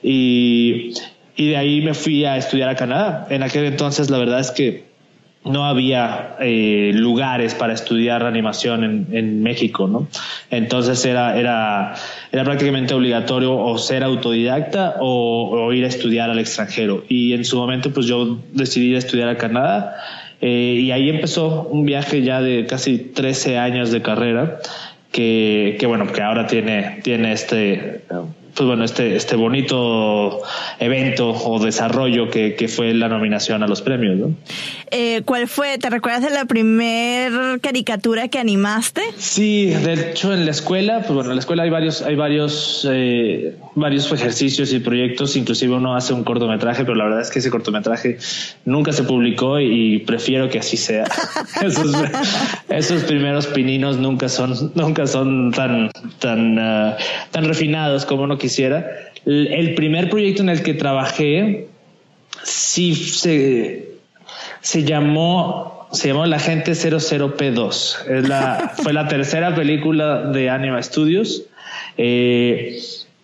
Speaker 6: y, y de ahí me fui a estudiar a Canadá. En aquel entonces la verdad es que no había eh, lugares para estudiar animación en, en México, ¿no? Entonces era, era, era prácticamente obligatorio o ser autodidacta o, o ir a estudiar al extranjero, y en su momento pues yo decidí ir a estudiar a Canadá. Eh, y ahí empezó un viaje ya de casi trece años de carrera que, que bueno, que ahora tiene, tiene este, pues bueno, este, este bonito evento o desarrollo que, que fue la nominación a los premios, ¿no?
Speaker 1: Eh, ¿Cuál fue? ¿Te recuerdas de la primer caricatura que animaste?
Speaker 6: Sí, de hecho en la escuela, pues bueno, en la escuela hay varios, hay varios, eh, varios ejercicios y proyectos, inclusive uno hace un cortometraje, pero la verdad es que ese cortometraje nunca se publicó y prefiero que así sea. esos, esos primeros pininos nunca son, nunca son tan, tan, uh, tan refinados como uno quisiera. El, el primer proyecto en el que trabajé sí se se llamó se llamó La Agente cero cero P dos. Es la, fue la tercera película de Anima Studios. Eh,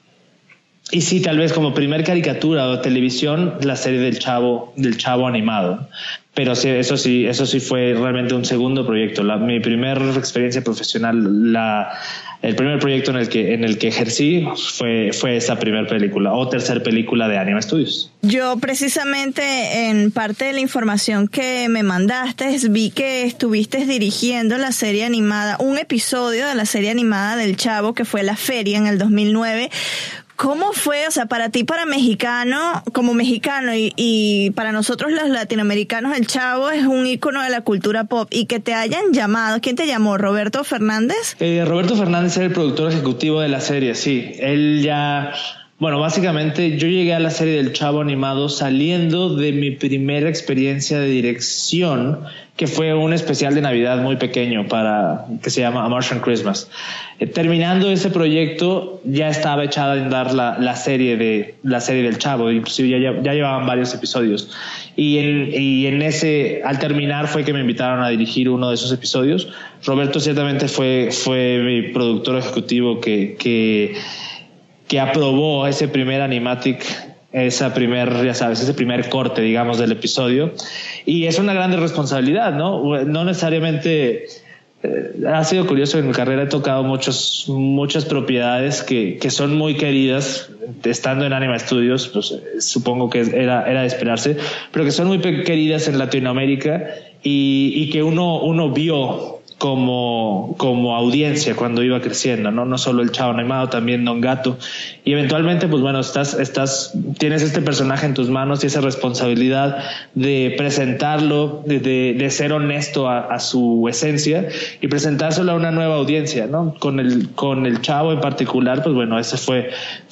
Speaker 6: y sí, tal vez como primer caricatura o televisión, la serie del Chavo, del Chavo animado. Pero sí, eso sí, eso sí fue realmente un segundo proyecto. La, mi primera experiencia profesional, la, el primer proyecto en el que, en el que ejercí fue, fue esa primera película o tercera película de Anima Studios.
Speaker 1: Yo precisamente en parte de la información que me mandaste vi que estuviste dirigiendo la serie animada, un episodio de la serie animada del Chavo que fue La Feria en el dos mil nueve. ¿Cómo fue, o sea, para ti, para mexicano, como mexicano y, y para nosotros los latinoamericanos, el Chavo es un ícono de la cultura pop y que te hayan llamado? ¿Quién te llamó? ¿Roberto Fernández?
Speaker 6: Eh, Roberto Fernández era el productor ejecutivo de la serie, sí. Él ya... Bueno, básicamente yo llegué a la serie del Chavo animado saliendo de mi primera experiencia de dirección, que fue un especial de Navidad muy pequeño para que se llama A Martian Christmas. Eh, terminando ese proyecto, ya estaba echada a andar la, la serie de la serie del Chavo, inclusive ya, ya, ya llevaban varios episodios. Y en, y en ese, al terminar fue que me invitaron a dirigir uno de esos episodios. Roberto ciertamente fue, fue mi productor ejecutivo que, que que aprobó ese primer animatic, esa primer, ya sabes, ese primer corte, digamos, del episodio. Y es una grande responsabilidad, ¿no? No necesariamente... Eh, ha sido curioso, en mi carrera he tocado muchos, muchas propiedades que, que son muy queridas, estando en Anima Studios, pues eh, supongo que era, era de esperarse, pero que son muy queridas en Latinoamérica y, y que uno, uno vio como, como audiencia cuando iba creciendo, ¿no? No solo el Chavo animado, también Don Gato. Y eventualmente, pues bueno, estás, estás, tienes este personaje en tus manos y esa responsabilidad de presentarlo, de, de, de ser honesto a, a su esencia y presentárselo a una nueva audiencia, ¿no? Con el, con el Chavo en particular, pues bueno, ese fue,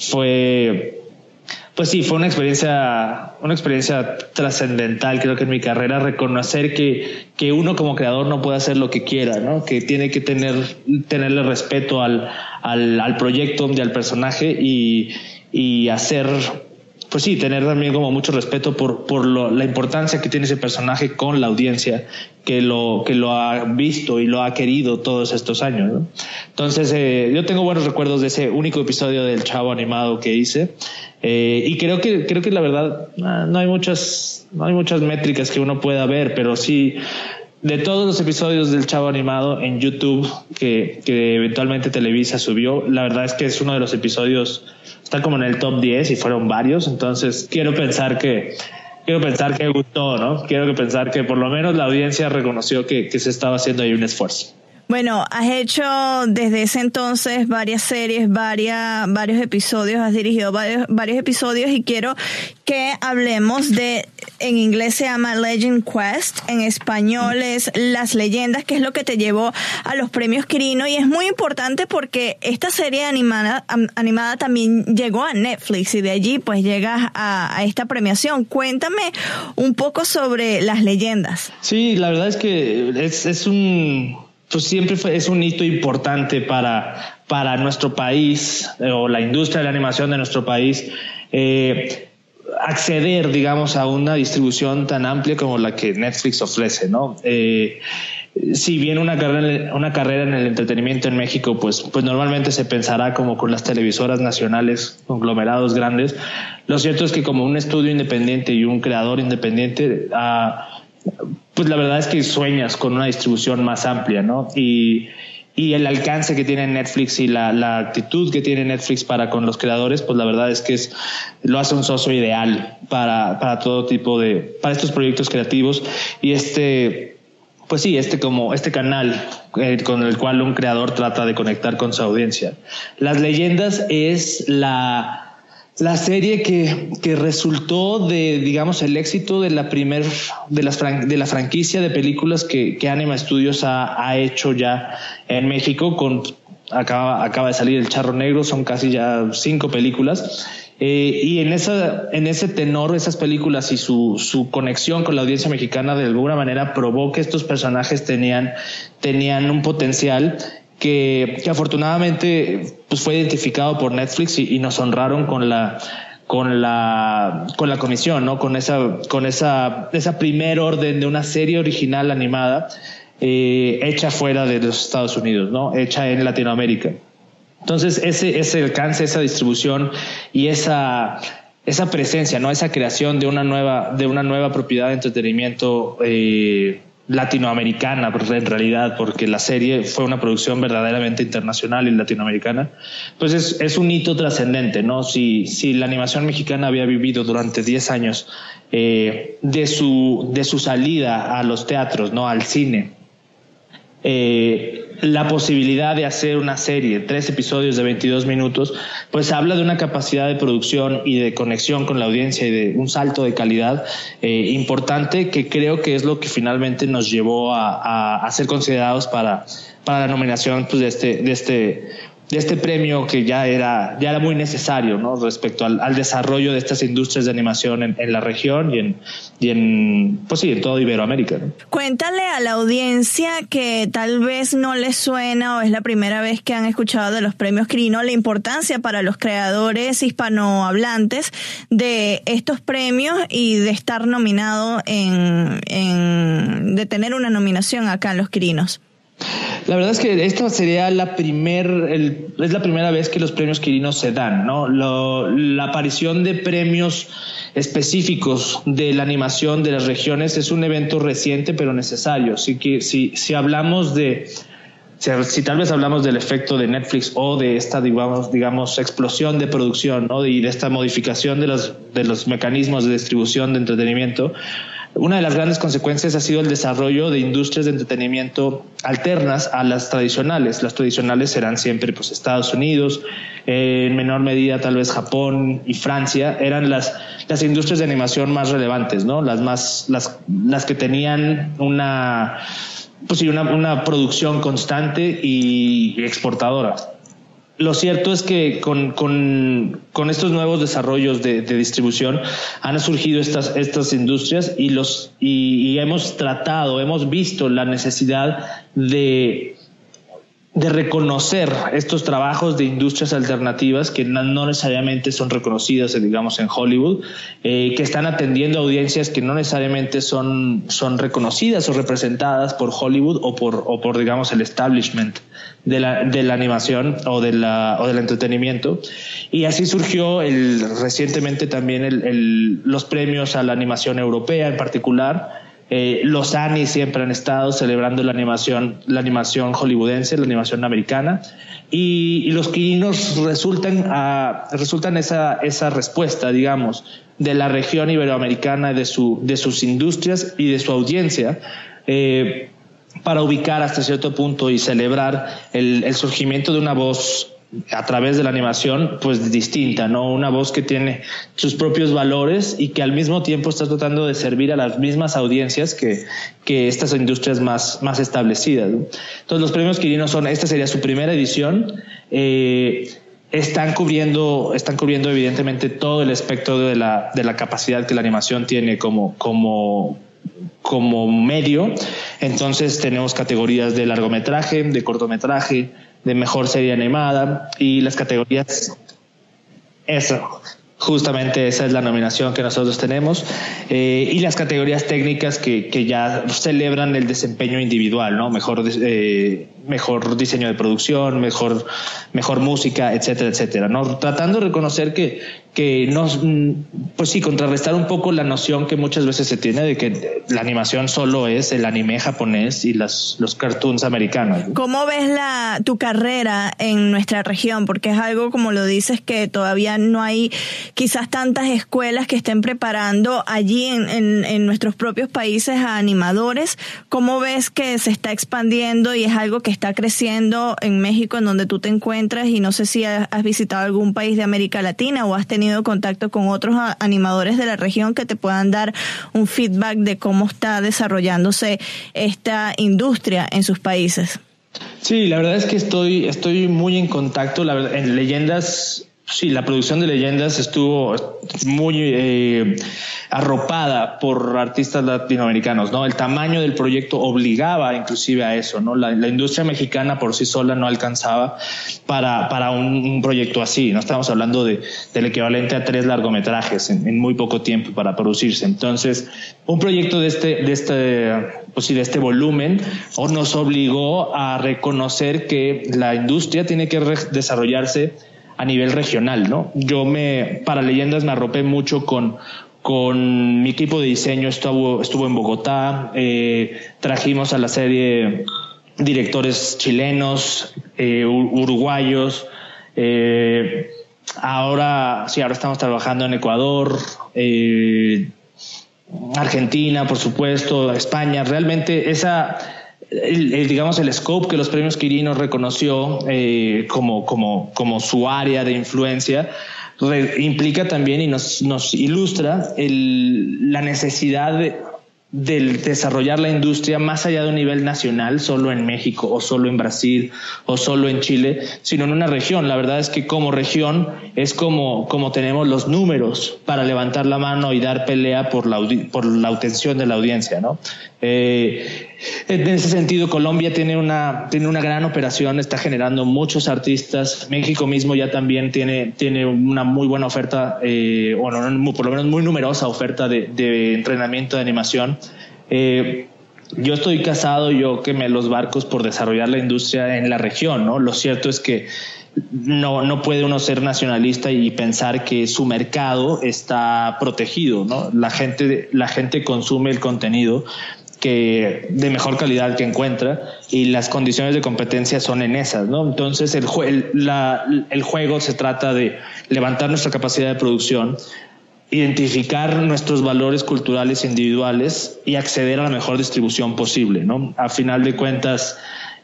Speaker 6: fue, pues sí, fue una experiencia, una experiencia trascendental, creo que en mi carrera, reconocer que, que uno como creador no puede hacer lo que quiera, ¿no? Que tiene que tener, tenerle respeto al, al, al proyecto y al personaje y, y hacer, pues sí, tener también como mucho respeto por, por lo, la importancia que tiene ese personaje con la audiencia que lo, que lo ha visto y lo ha querido todos estos años, ¿no? Entonces, eh, yo tengo buenos recuerdos de ese único episodio del Chavo animado que hice. Eh, y creo que, creo que la verdad, no hay muchas, no hay muchas métricas que uno pueda ver, pero sí, de todos los episodios del Chavo animado en YouTube que, que eventualmente Televisa subió, la verdad es que es uno de los episodios, está como en el top diez y fueron varios. Entonces quiero pensar que, quiero pensar que gustó, ¿no? Quiero pensar que por lo menos la audiencia reconoció que, que se estaba haciendo ahí un esfuerzo.
Speaker 1: Bueno, has hecho desde ese entonces varias series, varias, varios episodios, has dirigido varios, varios episodios y quiero que hablemos de, en inglés se llama Legend Quest, en español es Las Leyendas, que es lo que te llevó a los premios Quirino y es muy importante porque esta serie animada, animada también llegó a Netflix y de allí pues llegas a, a esta premiación. Cuéntame un poco sobre Las Leyendas.
Speaker 6: Sí, la verdad es que es, es un... pues siempre fue, es un hito importante para, para nuestro país eh, o la industria de la animación de nuestro país, eh, acceder, digamos, a una distribución tan amplia como la que Netflix ofrece, ¿no? Eh, si bien una carrera, una carrera en el entretenimiento en México, pues, pues normalmente se pensará como con las televisoras nacionales, conglomerados grandes, lo cierto es que como un estudio independiente y un creador independiente, uh, pues la verdad es que sueñas con una distribución más amplia, ¿no? Y, y el alcance que tiene Netflix y la, la actitud que tiene Netflix para con los creadores, pues la verdad es que es, lo hace un socio ideal para, para todo tipo de, para estos proyectos creativos. Y este, pues sí, este como, este canal eh, con el cual un creador trata de conectar con su audiencia. Las Leyendas es la, La serie que, que resultó de, digamos, el éxito de la primer, de las fran, de la franquicia de películas que, que Anima Studios ha, ha hecho ya en México con, acaba, acaba de salir El Charro Negro, son casi ya cinco películas. Eh, y en esa, en ese tenor, esas películas y su, su conexión con la audiencia mexicana de alguna manera probó que estos personajes tenían, tenían un potencial que, que afortunadamente pues fue identificado por Netflix y, y nos honraron con la, con la con la comisión, ¿no? Con esa con esa esa primer orden de una serie original animada eh, hecha fuera de los Estados Unidos, ¿no? Hecha en Latinoamérica. Entonces ese ese alcance, esa distribución y esa esa presencia, ¿no? Esa creación de una nueva de una nueva propiedad de entretenimiento eh, latinoamericana, en realidad, porque la serie fue una producción verdaderamente internacional y latinoamericana, pues es, es un hito trascendente, ¿no? Si, si la animación mexicana había vivido durante diez años eh, de su, de su salida a los teatros, ¿no? Al cine, eh, la posibilidad de hacer una serie, tres episodios de veintidós minutos, pues habla de una capacidad de producción y de conexión con la audiencia y de un salto de calidad eh, importante, que creo que es lo que finalmente nos llevó a, a, a ser considerados para, para la nominación, pues, de este, de este, de este premio que ya era, ya era muy necesario, ¿no? Respecto al, al desarrollo de estas industrias de animación en, en la región y en, y en, pues sí, en toda Iberoamérica, ¿no?
Speaker 1: Cuéntale a la audiencia que tal vez no les suena o es la primera vez que han escuchado de los premios Quirino, la importancia para los creadores hispanohablantes de estos premios y de estar nominado en, en de tener una nominación acá en los Quirinos.
Speaker 6: La verdad es que esta sería la primer, el, es la primera vez que los premios Quirino se dan, ¿no? Lo, la aparición de premios específicos de la animación de las regiones es un evento reciente pero necesario. Así que si, si hablamos de, si, si tal vez hablamos del efecto de Netflix o de esta, digamos, digamos explosión de producción, ¿no? Y de esta modificación de los, de los mecanismos de distribución de entretenimiento, una de las grandes consecuencias ha sido el desarrollo de industrias de entretenimiento alternas a las tradicionales. Las tradicionales serán siempre, pues, Estados Unidos, eh, en menor medida tal vez Japón y Francia, eran las, las industrias de animación más relevantes, ¿no? Las más, las, las que tenían una, pues sí, una, una producción constante y exportadora. Lo cierto es que con, con, con estos nuevos desarrollos de, de distribución han surgido estas, estas industrias y, los, y, y hemos tratado, hemos visto la necesidad de, de reconocer estos trabajos de industrias alternativas que no, no necesariamente son reconocidas, digamos, en Hollywood, eh, que están atendiendo audiencias que no necesariamente son, son reconocidas o representadas por Hollywood o por, o por digamos, el establishment de la, de la animación o, de la, o del entretenimiento. Y así surgió el, recientemente también el, el, los premios a la animación europea en particular. Eh, los Annie siempre han estado celebrando la animación, la animación hollywoodense, la animación americana, y, y los Quirinos resultan, a, resultan esa, esa respuesta, digamos, de la región iberoamericana, de, su, de sus industrias y de su audiencia, eh, para ubicar hasta cierto punto y celebrar el, el surgimiento de una voz a través de la animación, pues distinta, ¿no? Una voz que tiene sus propios valores y que al mismo tiempo está tratando de servir a las mismas audiencias que, que estas industrias más, más establecidas, ¿no? Entonces los premios Quirino son, esta sería su primera edición, eh, están cubriendo, están cubriendo evidentemente todo el espectro de la, de la capacidad que la animación tiene como, como, como medio. Entonces tenemos categorías de largometraje, de cortometraje, de mejor serie animada, y las categorías, eso, justamente esa es la nominación que nosotros tenemos, eh, y las categorías técnicas que, que ya celebran el desempeño individual, ¿no? Mejor, eh, mejor diseño de producción, mejor, mejor música, etcétera, etcétera, ¿no? Tratando de reconocer que, que no, pues sí, contrarrestar un poco la noción que muchas veces se tiene de que la animación solo es el anime japonés y las, los cartoons americanos.
Speaker 1: ¿Cómo ves la, tu carrera en nuestra región? Porque es algo, como lo dices, que todavía no hay quizás tantas escuelas que estén preparando allí en, en, en nuestros propios países a animadores. ¿Cómo ves que se está expandiendo y es algo que está creciendo en México, en donde tú te encuentras? Y no sé si has, has visitado algún país de América Latina o has tenido contacto con otros animadores de la región que te puedan dar un feedback de cómo está desarrollándose esta industria en sus países.
Speaker 6: Sí, la verdad es que estoy, estoy muy en contacto. La verdad, en Leyendas sí, la producción de Leyendas estuvo muy eh, arropada por artistas latinoamericanos, ¿no? El tamaño del proyecto obligaba inclusive a eso, ¿no? La, la industria mexicana por sí sola no alcanzaba para, para un, un proyecto así, ¿no? Estamos hablando de, del equivalente a tres largometrajes en, en muy poco tiempo para producirse. Entonces, un proyecto de este, de este, pues sí, de este volumen nos obligó a reconocer que la industria tiene que re- desarrollarse a nivel regional, ¿no? Yo me, para Leyendas me arropé mucho con, con mi equipo de diseño, estuvo, estuvo en Bogotá, eh, trajimos a la serie directores chilenos, eh, uruguayos, eh, ahora, sí, ahora estamos trabajando en Ecuador, eh, Argentina, por supuesto, España. Realmente esa, el, el, digamos, el scope que los premios Quirino reconoció eh, como, como, como su área de influencia re, implica también y nos, nos ilustra el, la necesidad de, del desarrollar la industria más allá de un nivel nacional, solo en México o solo en Brasil o solo en Chile, sino en una región. La verdad es que como región es como, como tenemos los números para levantar la mano y dar pelea por la, por la obtención de la audiencia, ¿no? Eh, en ese sentido, Colombia tiene una, tiene una gran operación, está generando muchos artistas. México mismo ya también tiene, tiene una muy buena oferta, eh, bueno, por lo menos muy numerosa oferta de, de entrenamiento de animación. Eh, yo estoy casado, yo quemé los barcos por desarrollar la industria en la región, ¿no? Lo cierto es que no, no puede uno ser nacionalista y pensar que su mercado está protegido, ¿no? La gente, la gente consume el contenido que de mejor calidad que encuentra y las condiciones de competencia son en esas, ¿no? Entonces el, el, la, el juego se trata de levantar nuestra capacidad de producción, identificar nuestros valores culturales individuales y acceder a la mejor distribución posible, ¿no? A final de cuentas,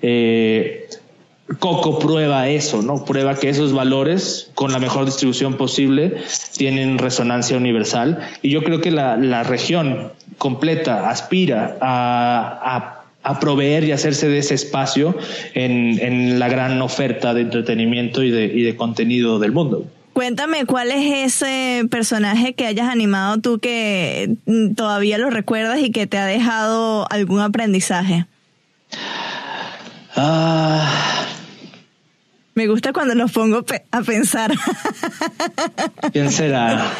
Speaker 6: eh, Coco prueba eso, ¿no? Prueba que esos valores, con la mejor distribución posible, tienen resonancia universal. Y yo creo que la, la región completa aspira a, a, a proveer y hacerse de ese espacio en, en la gran oferta de entretenimiento y de, y de contenido del mundo.
Speaker 1: Cuéntame, ¿cuál es ese personaje que hayas animado tú que todavía lo recuerdas y que te ha dejado algún aprendizaje?
Speaker 6: Ah...
Speaker 1: Me gusta cuando los pongo pe- a pensar.
Speaker 6: ¿Quién será?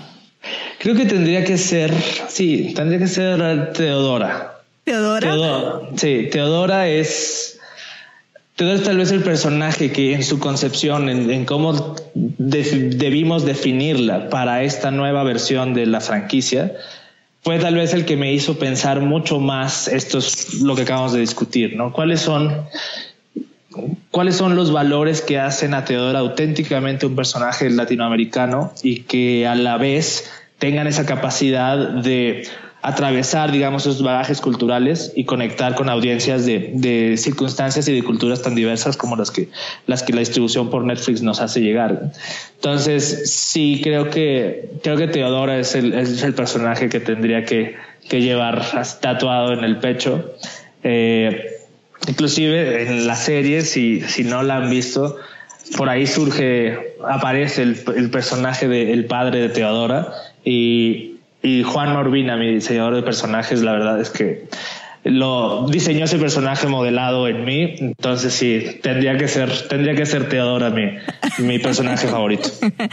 Speaker 6: Creo que tendría que ser, sí, tendría que ser Teodora.
Speaker 1: ¿Teodora?
Speaker 6: Teodora, sí, Teodora es... Teodora es tal vez el personaje que en su concepción, en, en cómo de, debimos definirla para esta nueva versión de la franquicia, fue tal vez el que me hizo pensar mucho más. Esto es lo que acabamos de discutir, ¿no? ¿Cuáles son... ¿Cuáles son los valores que hacen a Teodora auténticamente un personaje latinoamericano y que a la vez tengan esa capacidad de atravesar, digamos, esos bagajes culturales y conectar con audiencias de, de circunstancias y de culturas tan diversas como las que, las que la distribución por Netflix nos hace llegar? Entonces, sí, creo que, creo que Teodora es el, es el personaje que tendría que, que llevar tatuado en el pecho. Eh, Inclusive en la serie, si, si no la han visto, por ahí surge, aparece el, el personaje del padre de Teodora y, y Juan Urbina, mi diseñador de personajes, la verdad es que lo diseñó ese personaje modelado en mí. Entonces sí, tendría que ser, tendría que ser Teodora mi, mi personaje favorito.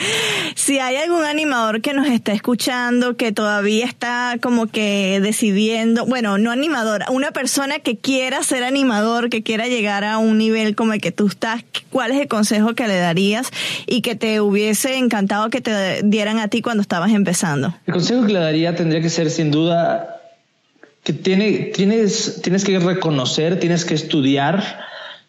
Speaker 1: Si hay algún animador que nos está escuchando, que todavía está como que decidiendo, bueno, no animador, una persona que quiera ser animador, que quiera llegar a un nivel como el que tú estás, ¿cuál es el consejo que le darías y que te hubiese encantado que te dieran a ti cuando estabas empezando?
Speaker 6: El consejo que le daría tendría que ser sin duda que tiene, tienes, tienes que reconocer, tienes que estudiar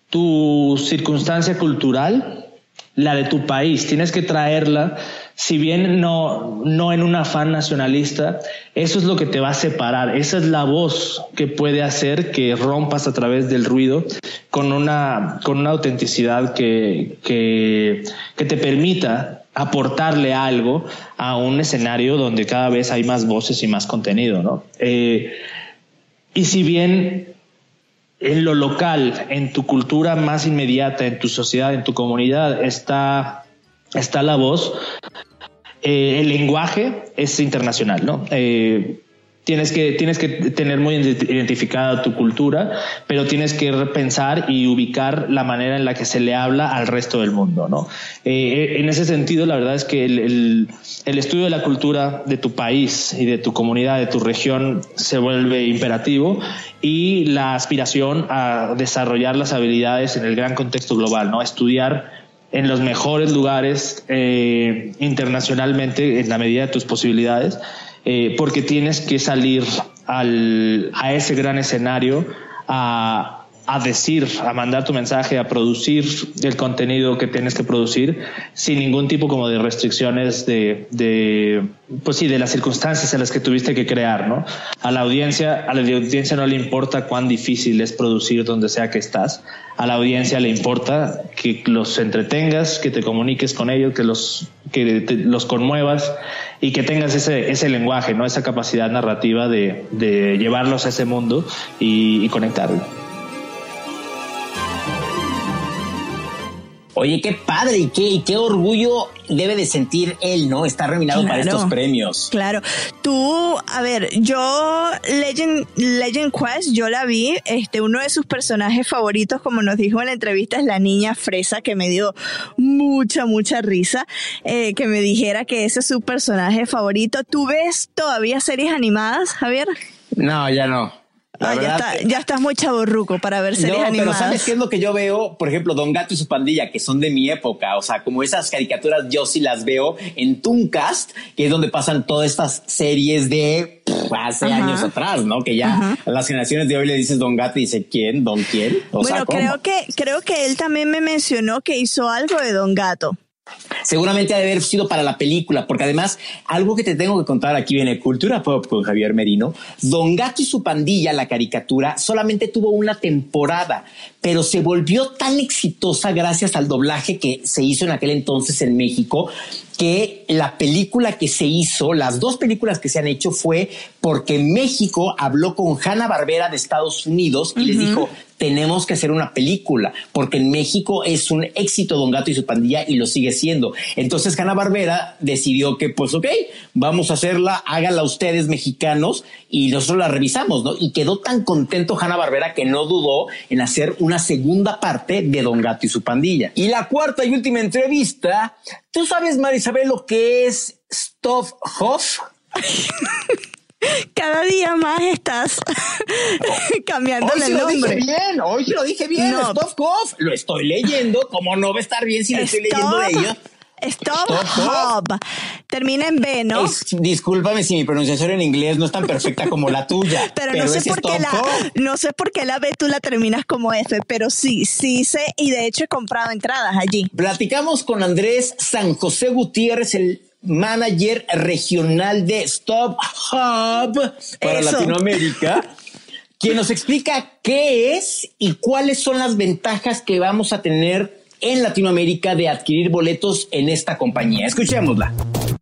Speaker 6: tu circunstancia cultural, la de tu país, tienes que traerla, si bien no, no en un afán nacionalista. Eso es lo que te va a separar, esa es la voz que puede hacer que rompas a través del ruido con una, con una autenticidad que, que, que te permita aportarle algo a un escenario donde cada vez hay más voces y más contenido, ¿no? Eh, y si bien en lo local, en tu cultura más inmediata, en tu sociedad, en tu comunidad, está está la voz. Eh, el lenguaje es internacional, ¿no? Eh, Tienes que, tienes que tener muy identificada tu cultura, pero tienes que repensar y ubicar la manera en la que se le habla al resto del mundo, ¿no? Eh, en ese sentido, la verdad es que el, el, el estudio de la cultura de tu país y de tu comunidad, de tu región, se vuelve imperativo, y la aspiración a desarrollar las habilidades en el gran contexto global, ¿no? Estudiar en los mejores lugares eh, internacionalmente en la medida de tus posibilidades. Eh, porque tienes que salir al, a ese gran escenario a, a decir, a mandar tu mensaje, a producir el contenido que tienes que producir sin ningún tipo como de restricciones de, de, pues sí, de las circunstancias en las que tuviste que crear, ¿no? A la audiencia, a la audiencia no le importa cuán difícil es producir donde sea que estás. A la audiencia le importa que los entretengas, que te comuniques con ellos, que los, que te, los conmuevas y que tengas ese, ese lenguaje, ¿no? Esa capacidad narrativa de, de llevarlos a ese mundo y, y conectarlo.
Speaker 3: Oye, qué padre y qué, y qué orgullo debe de sentir él, ¿no? Estar nominado claro, para estos premios.
Speaker 1: Claro. Tú, a ver, yo Legend, Legend Quest, yo la vi, este, uno de sus personajes favoritos, como nos dijo en la entrevista, es la niña fresa, que me dio mucha, mucha risa, eh, que me dijera que ese es su personaje favorito. ¿Tú ves todavía series animadas, Javier?
Speaker 3: No, ya no.
Speaker 1: Ah, ya, está, ya estás muy chavorruco para ver series
Speaker 3: no,
Speaker 1: animadas.
Speaker 3: Pero ¿sabes qué es lo que yo veo? Por ejemplo, Don Gato y su pandilla, que son de mi época. O sea, como esas caricaturas yo sí las veo en Tooncast, que es donde pasan todas estas series de pff, hace Ajá. años atrás, ¿no? Que ya Ajá. a las generaciones de hoy le dices Don Gato y dice ¿quién? ¿Don quién? O
Speaker 1: bueno,
Speaker 3: sea,
Speaker 1: creo que, creo que él también me mencionó que hizo algo de Don Gato.
Speaker 3: Seguramente ha de haber sido para la película, porque además algo que te tengo que contar aquí viene Cultura Pop con Javier Merino. Don Gato y su pandilla, la caricatura, solamente tuvo una temporada, pero se volvió tan exitosa gracias al doblaje que se hizo en aquel entonces en México, que la película que se hizo, las dos películas que se han hecho, fue porque México habló con Hanna-Barbera de Estados Unidos y uh-huh. les dijo, tenemos que hacer una película, porque en México es un éxito Don Gato y su pandilla y lo sigue siendo. Entonces Hanna-Barbera decidió que, pues, ok, vamos a hacerla, háganla ustedes mexicanos y nosotros la revisamos, ¿no? Y quedó tan contento Hanna-Barbera que no dudó en hacer una segunda parte de Don Gato y su pandilla. Y la cuarta y última entrevista, ¿tú sabes, Marisabel, lo que es Stove Hoff?
Speaker 1: Cada día más estás cambiándole el nombre.
Speaker 3: Hoy sí lo dije bien, hoy sí lo dije bien. No. Stove Hoff, lo estoy leyendo. ¿Cómo no va a estar bien si lo estoy leyendo de ella?
Speaker 1: Stop Hop. Termina en B, ¿no?
Speaker 3: Es, discúlpame si mi pronunciación en inglés no es tan perfecta como la tuya.
Speaker 1: pero, pero no sé por qué la, no sé por qué la B tú la terminas como F, pero sí, sí sé, y de hecho he comprado entradas allí.
Speaker 3: Platicamos con Andrés San José Gutiérrez, el manager regional de Stop Hub para Eso. Latinoamérica, quien nos explica qué es y cuáles son las ventajas que vamos a tener en Latinoamérica de adquirir boletos en esta compañía. Escuchémosla.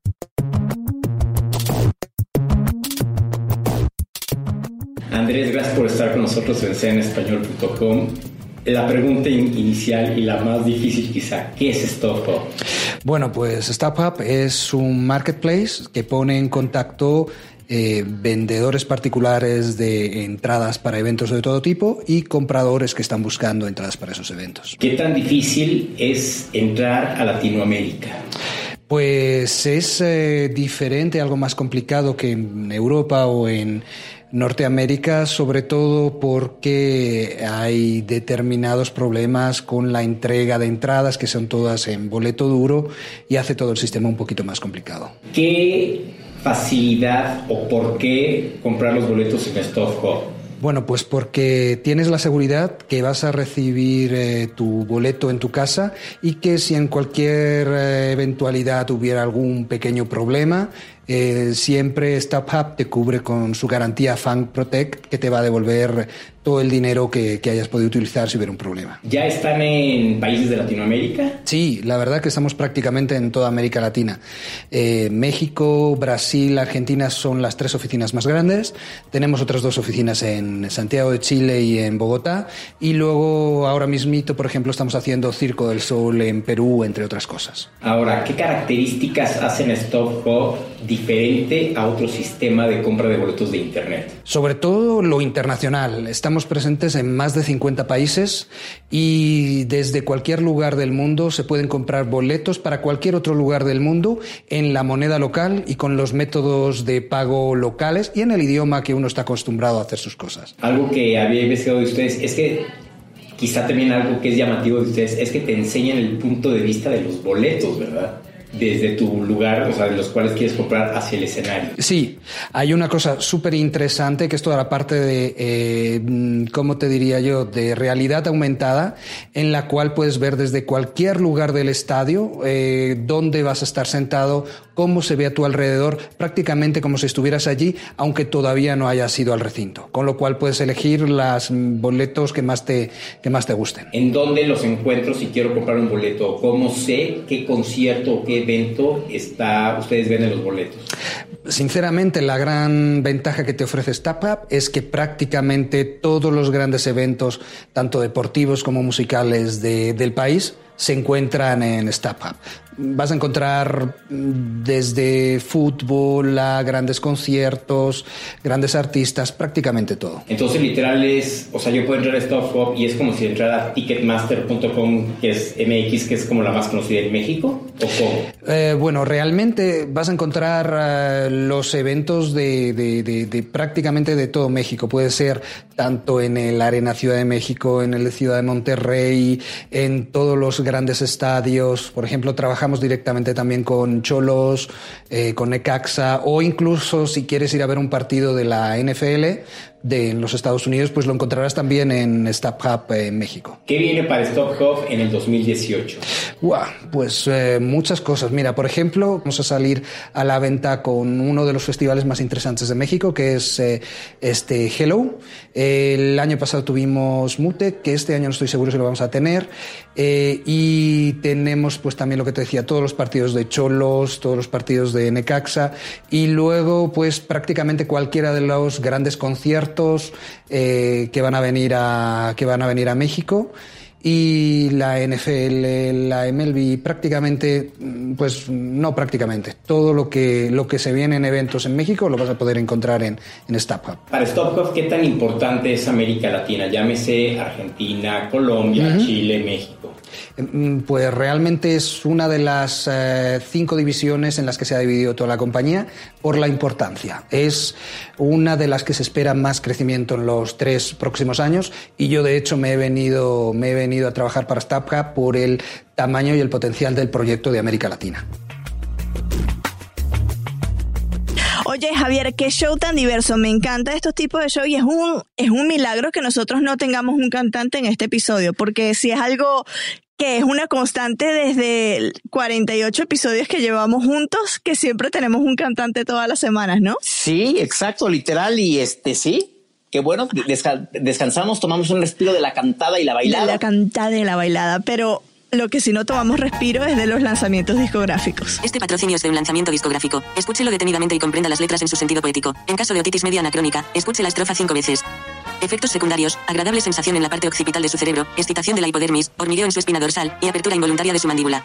Speaker 2: Andrés, gracias por estar con nosotros en sea en español punto com. La pregunta in- inicial y la más difícil quizá, ¿qué es StubHub?
Speaker 7: Bueno, pues StubHub es un marketplace que pone en contacto eh, vendedores particulares de entradas para eventos de todo tipo y compradores que están buscando entradas para esos eventos.
Speaker 2: ¿Qué tan difícil es entrar a Latinoamérica?
Speaker 7: Pues es eh, diferente, algo más complicado que en Europa o en Norteamérica, sobre todo porque hay determinados problemas con la entrega de entradas que son todas en boleto duro y hace todo el sistema un poquito más complicado.
Speaker 2: ¿Qué facilidad o por qué comprar los boletos en StubHub?
Speaker 7: Bueno, pues porque tienes la seguridad que vas a recibir eh, tu boleto en tu casa y que si en cualquier eh, eventualidad hubiera algún pequeño problema, Eh, siempre StubHub te cubre con su garantía Fund Protect, que te va a devolver todo el dinero que, que hayas podido utilizar si hubiera un problema.
Speaker 2: ¿Ya están en países de Latinoamérica?
Speaker 7: Sí, la verdad que estamos prácticamente en toda América Latina. Eh, México, Brasil, Argentina son las tres oficinas más grandes. Tenemos otras dos oficinas en Santiago de Chile y en Bogotá. Y luego, ahora mismito, por ejemplo, estamos haciendo Circo del Sol en Perú, entre otras cosas.
Speaker 2: Ahora, ¿qué características hacen a StubHub diferente a otro sistema de compra de boletos de Internet?
Speaker 7: Sobre todo lo internacional. Estamos presentes en más de cincuenta países y desde cualquier lugar del mundo se pueden comprar boletos para cualquier otro lugar del mundo en la moneda local y con los métodos de pago locales y en el idioma que uno está acostumbrado a hacer sus cosas.
Speaker 2: Algo que había investigado de ustedes es que quizá también algo que es llamativo de ustedes es que te enseñan el punto de vista de los boletos, ¿verdad? Desde tu lugar, o sea, de los cuales quieres comprar hacia el escenario.
Speaker 7: Sí, hay una cosa súper interesante que es toda la parte de, eh, ¿cómo te diría yo?, de realidad aumentada, en la cual puedes ver desde cualquier lugar del estadio eh, dónde vas a estar sentado, cómo se ve a tu alrededor, prácticamente como si estuvieras allí, aunque todavía no hayas ido al recinto. Con lo cual puedes elegir los boletos que más te, que más te gusten.
Speaker 2: ¿En dónde los encuentro si quiero comprar un boleto? ¿Cómo sé qué concierto o qué evento está, ustedes venden los boletos?
Speaker 7: Sinceramente, la gran ventaja que te ofrece StubHub es que prácticamente todos los grandes eventos, tanto deportivos como musicales de, del país, se encuentran en StubHub. Vas a encontrar desde fútbol a grandes conciertos, grandes artistas, prácticamente todo.
Speaker 2: Entonces, literal es, o sea, yo puedo entrar a StubHub y es como si entrara a ticketmaster punto com, que es M X, que es como la más conocida en México, ¿o cómo?
Speaker 7: Eh, bueno, realmente vas a encontrar uh, los eventos de, de, de, de prácticamente de todo México. Puede ser tanto en el Arena Ciudad de México, en el Ciudad de Monterrey, en todos los grandes estadios. Por ejemplo, trabajamos directamente también con Xolos, eh, con Necaxa, o incluso si quieres ir a ver un partido de la N F L de los Estados Unidos, pues lo encontrarás también en StubHub en México.
Speaker 2: ¿Qué viene para StubHub en el dos mil dieciocho?
Speaker 7: Wow, pues eh, muchas cosas. Mira, por ejemplo, vamos a salir a la venta con uno de los festivales más interesantes de México, que es eh, este Hello. El año pasado tuvimos Mute, que este año no estoy seguro si lo vamos a tener. Eh, y tenemos pues también lo que te decía, todos los partidos de Xolos, todos los partidos de Necaxa, y luego pues prácticamente cualquiera de los grandes conciertos eh, que van a venir a que van a venir a México. Y la N F L, la M L B, prácticamente, pues no prácticamente, todo lo que, lo que se viene en eventos en México lo vas a poder encontrar en, en StubHub.
Speaker 2: Para StubHub, ¿qué tan importante es América Latina? Llámese Argentina, Colombia, uh-huh. Chile, México.
Speaker 7: Pues realmente es una de las eh, cinco divisiones en las que se ha dividido toda la compañía por la importancia. Es una de las que se espera más crecimiento en los tres próximos años y yo de hecho me he venido, me he venido a trabajar para StubHub por el tamaño y el potencial del proyecto de América Latina.
Speaker 1: Oye, Javier, qué show tan diverso. Me encanta estos tipos de show y es un, es un milagro que nosotros no tengamos un cantante en este episodio, porque si es algo que es una constante desde cuarenta y ocho episodios que llevamos juntos, que siempre tenemos un cantante todas las semanas, ¿no?
Speaker 3: Sí, exacto, literal, y este sí. Qué bueno, desca- descansamos, tomamos un respiro de la cantada y la bailada.
Speaker 1: De la cantada y la bailada, pero lo que si no tomamos respiro es de los lanzamientos discográficos.
Speaker 8: Este patrocinio es de un lanzamiento discográfico. Escúchelo detenidamente y comprenda las letras en su sentido poético. En caso de otitis media anacrónica, escuche la estrofa cinco veces. Efectos secundarios: agradable sensación en la parte occipital de su cerebro, excitación de la hipodermis, hormigueo en su espina dorsal y apertura involuntaria de su mandíbula.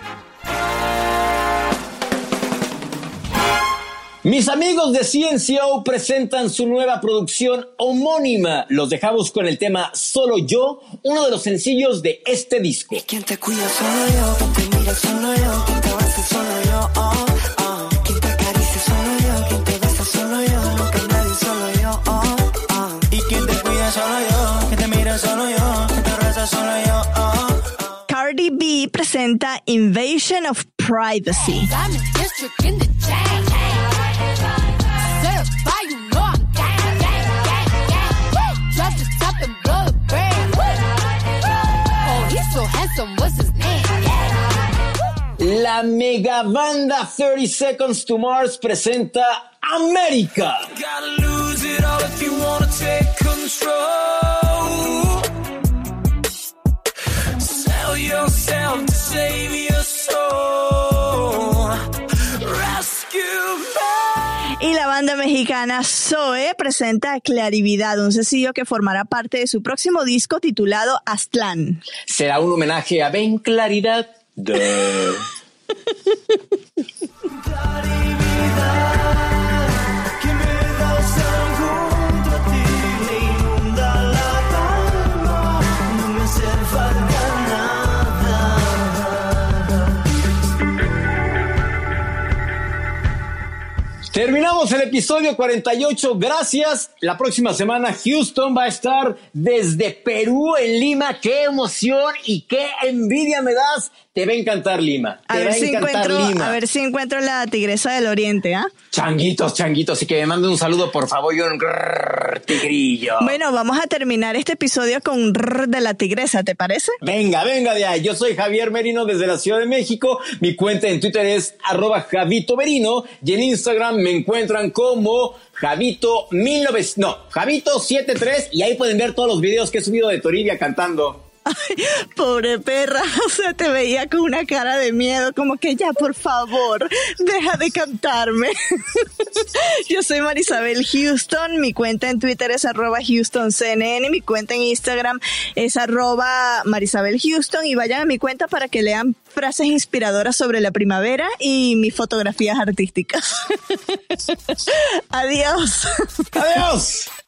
Speaker 3: Mis amigos de C N C O presentan su nueva producción homónima. Los dejamos con el tema Solo Yo, uno de los sencillos de este disco.
Speaker 9: Quien te cuida solo yo, quien te mira solo yo, quien te abraza solo yo, oh, oh. Quien te acaricia solo yo, quien te besa solo yo, no que nadie solo yo, oh, oh. Y quien te cuida solo yo, quien te mira solo yo, quien te abraza solo yo, oh, oh.
Speaker 1: Cardi B presenta Invasion of Privacy.
Speaker 3: La la megabanda thirty seconds to Mars presenta América.
Speaker 1: Y la banda mexicana Zoe presenta Clarividad, un sencillo que formará parte de su próximo disco titulado Aztlán.
Speaker 3: Será un homenaje a Ben Claridad. De... Terminamos el episodio cuarenta y ocho. Gracias. La próxima semana Houston va a estar desde Perú en Lima. ¡Qué emoción y qué envidia me das! Te va a encantar Lima. Te
Speaker 1: a, ver
Speaker 3: va a
Speaker 1: si
Speaker 3: encantar Lima.
Speaker 1: A ver si encuentro la Tigresa del Oriente, ¿ah? ¿eh?
Speaker 3: Changuitos, changuitos. Y que me manden un saludo, por favor, yo un grrr, tigrillo.
Speaker 1: Bueno, vamos a terminar este episodio con un rrr de la Tigresa, ¿te parece?
Speaker 3: Venga, venga de ahí. Yo soy Javier Merino desde la Ciudad de México. Mi cuenta en Twitter es arroba Javito Merino. Y en Instagram me encuentran como Javito mil novecientos... No, Javito setenta y tres. Y ahí pueden ver todos los videos que he subido de Toribia cantando.
Speaker 1: Ay, pobre perra, o sea, te veía con una cara de miedo, como que ya, por favor, deja de cantarme. Yo soy Marisabel Houston, mi cuenta en Twitter es arroba HoustonCNN, mi cuenta en Instagram es arroba Marisabel Houston, y vayan a mi cuenta para que lean frases inspiradoras sobre la primavera y mis fotografías artísticas. Adiós.
Speaker 3: Adiós.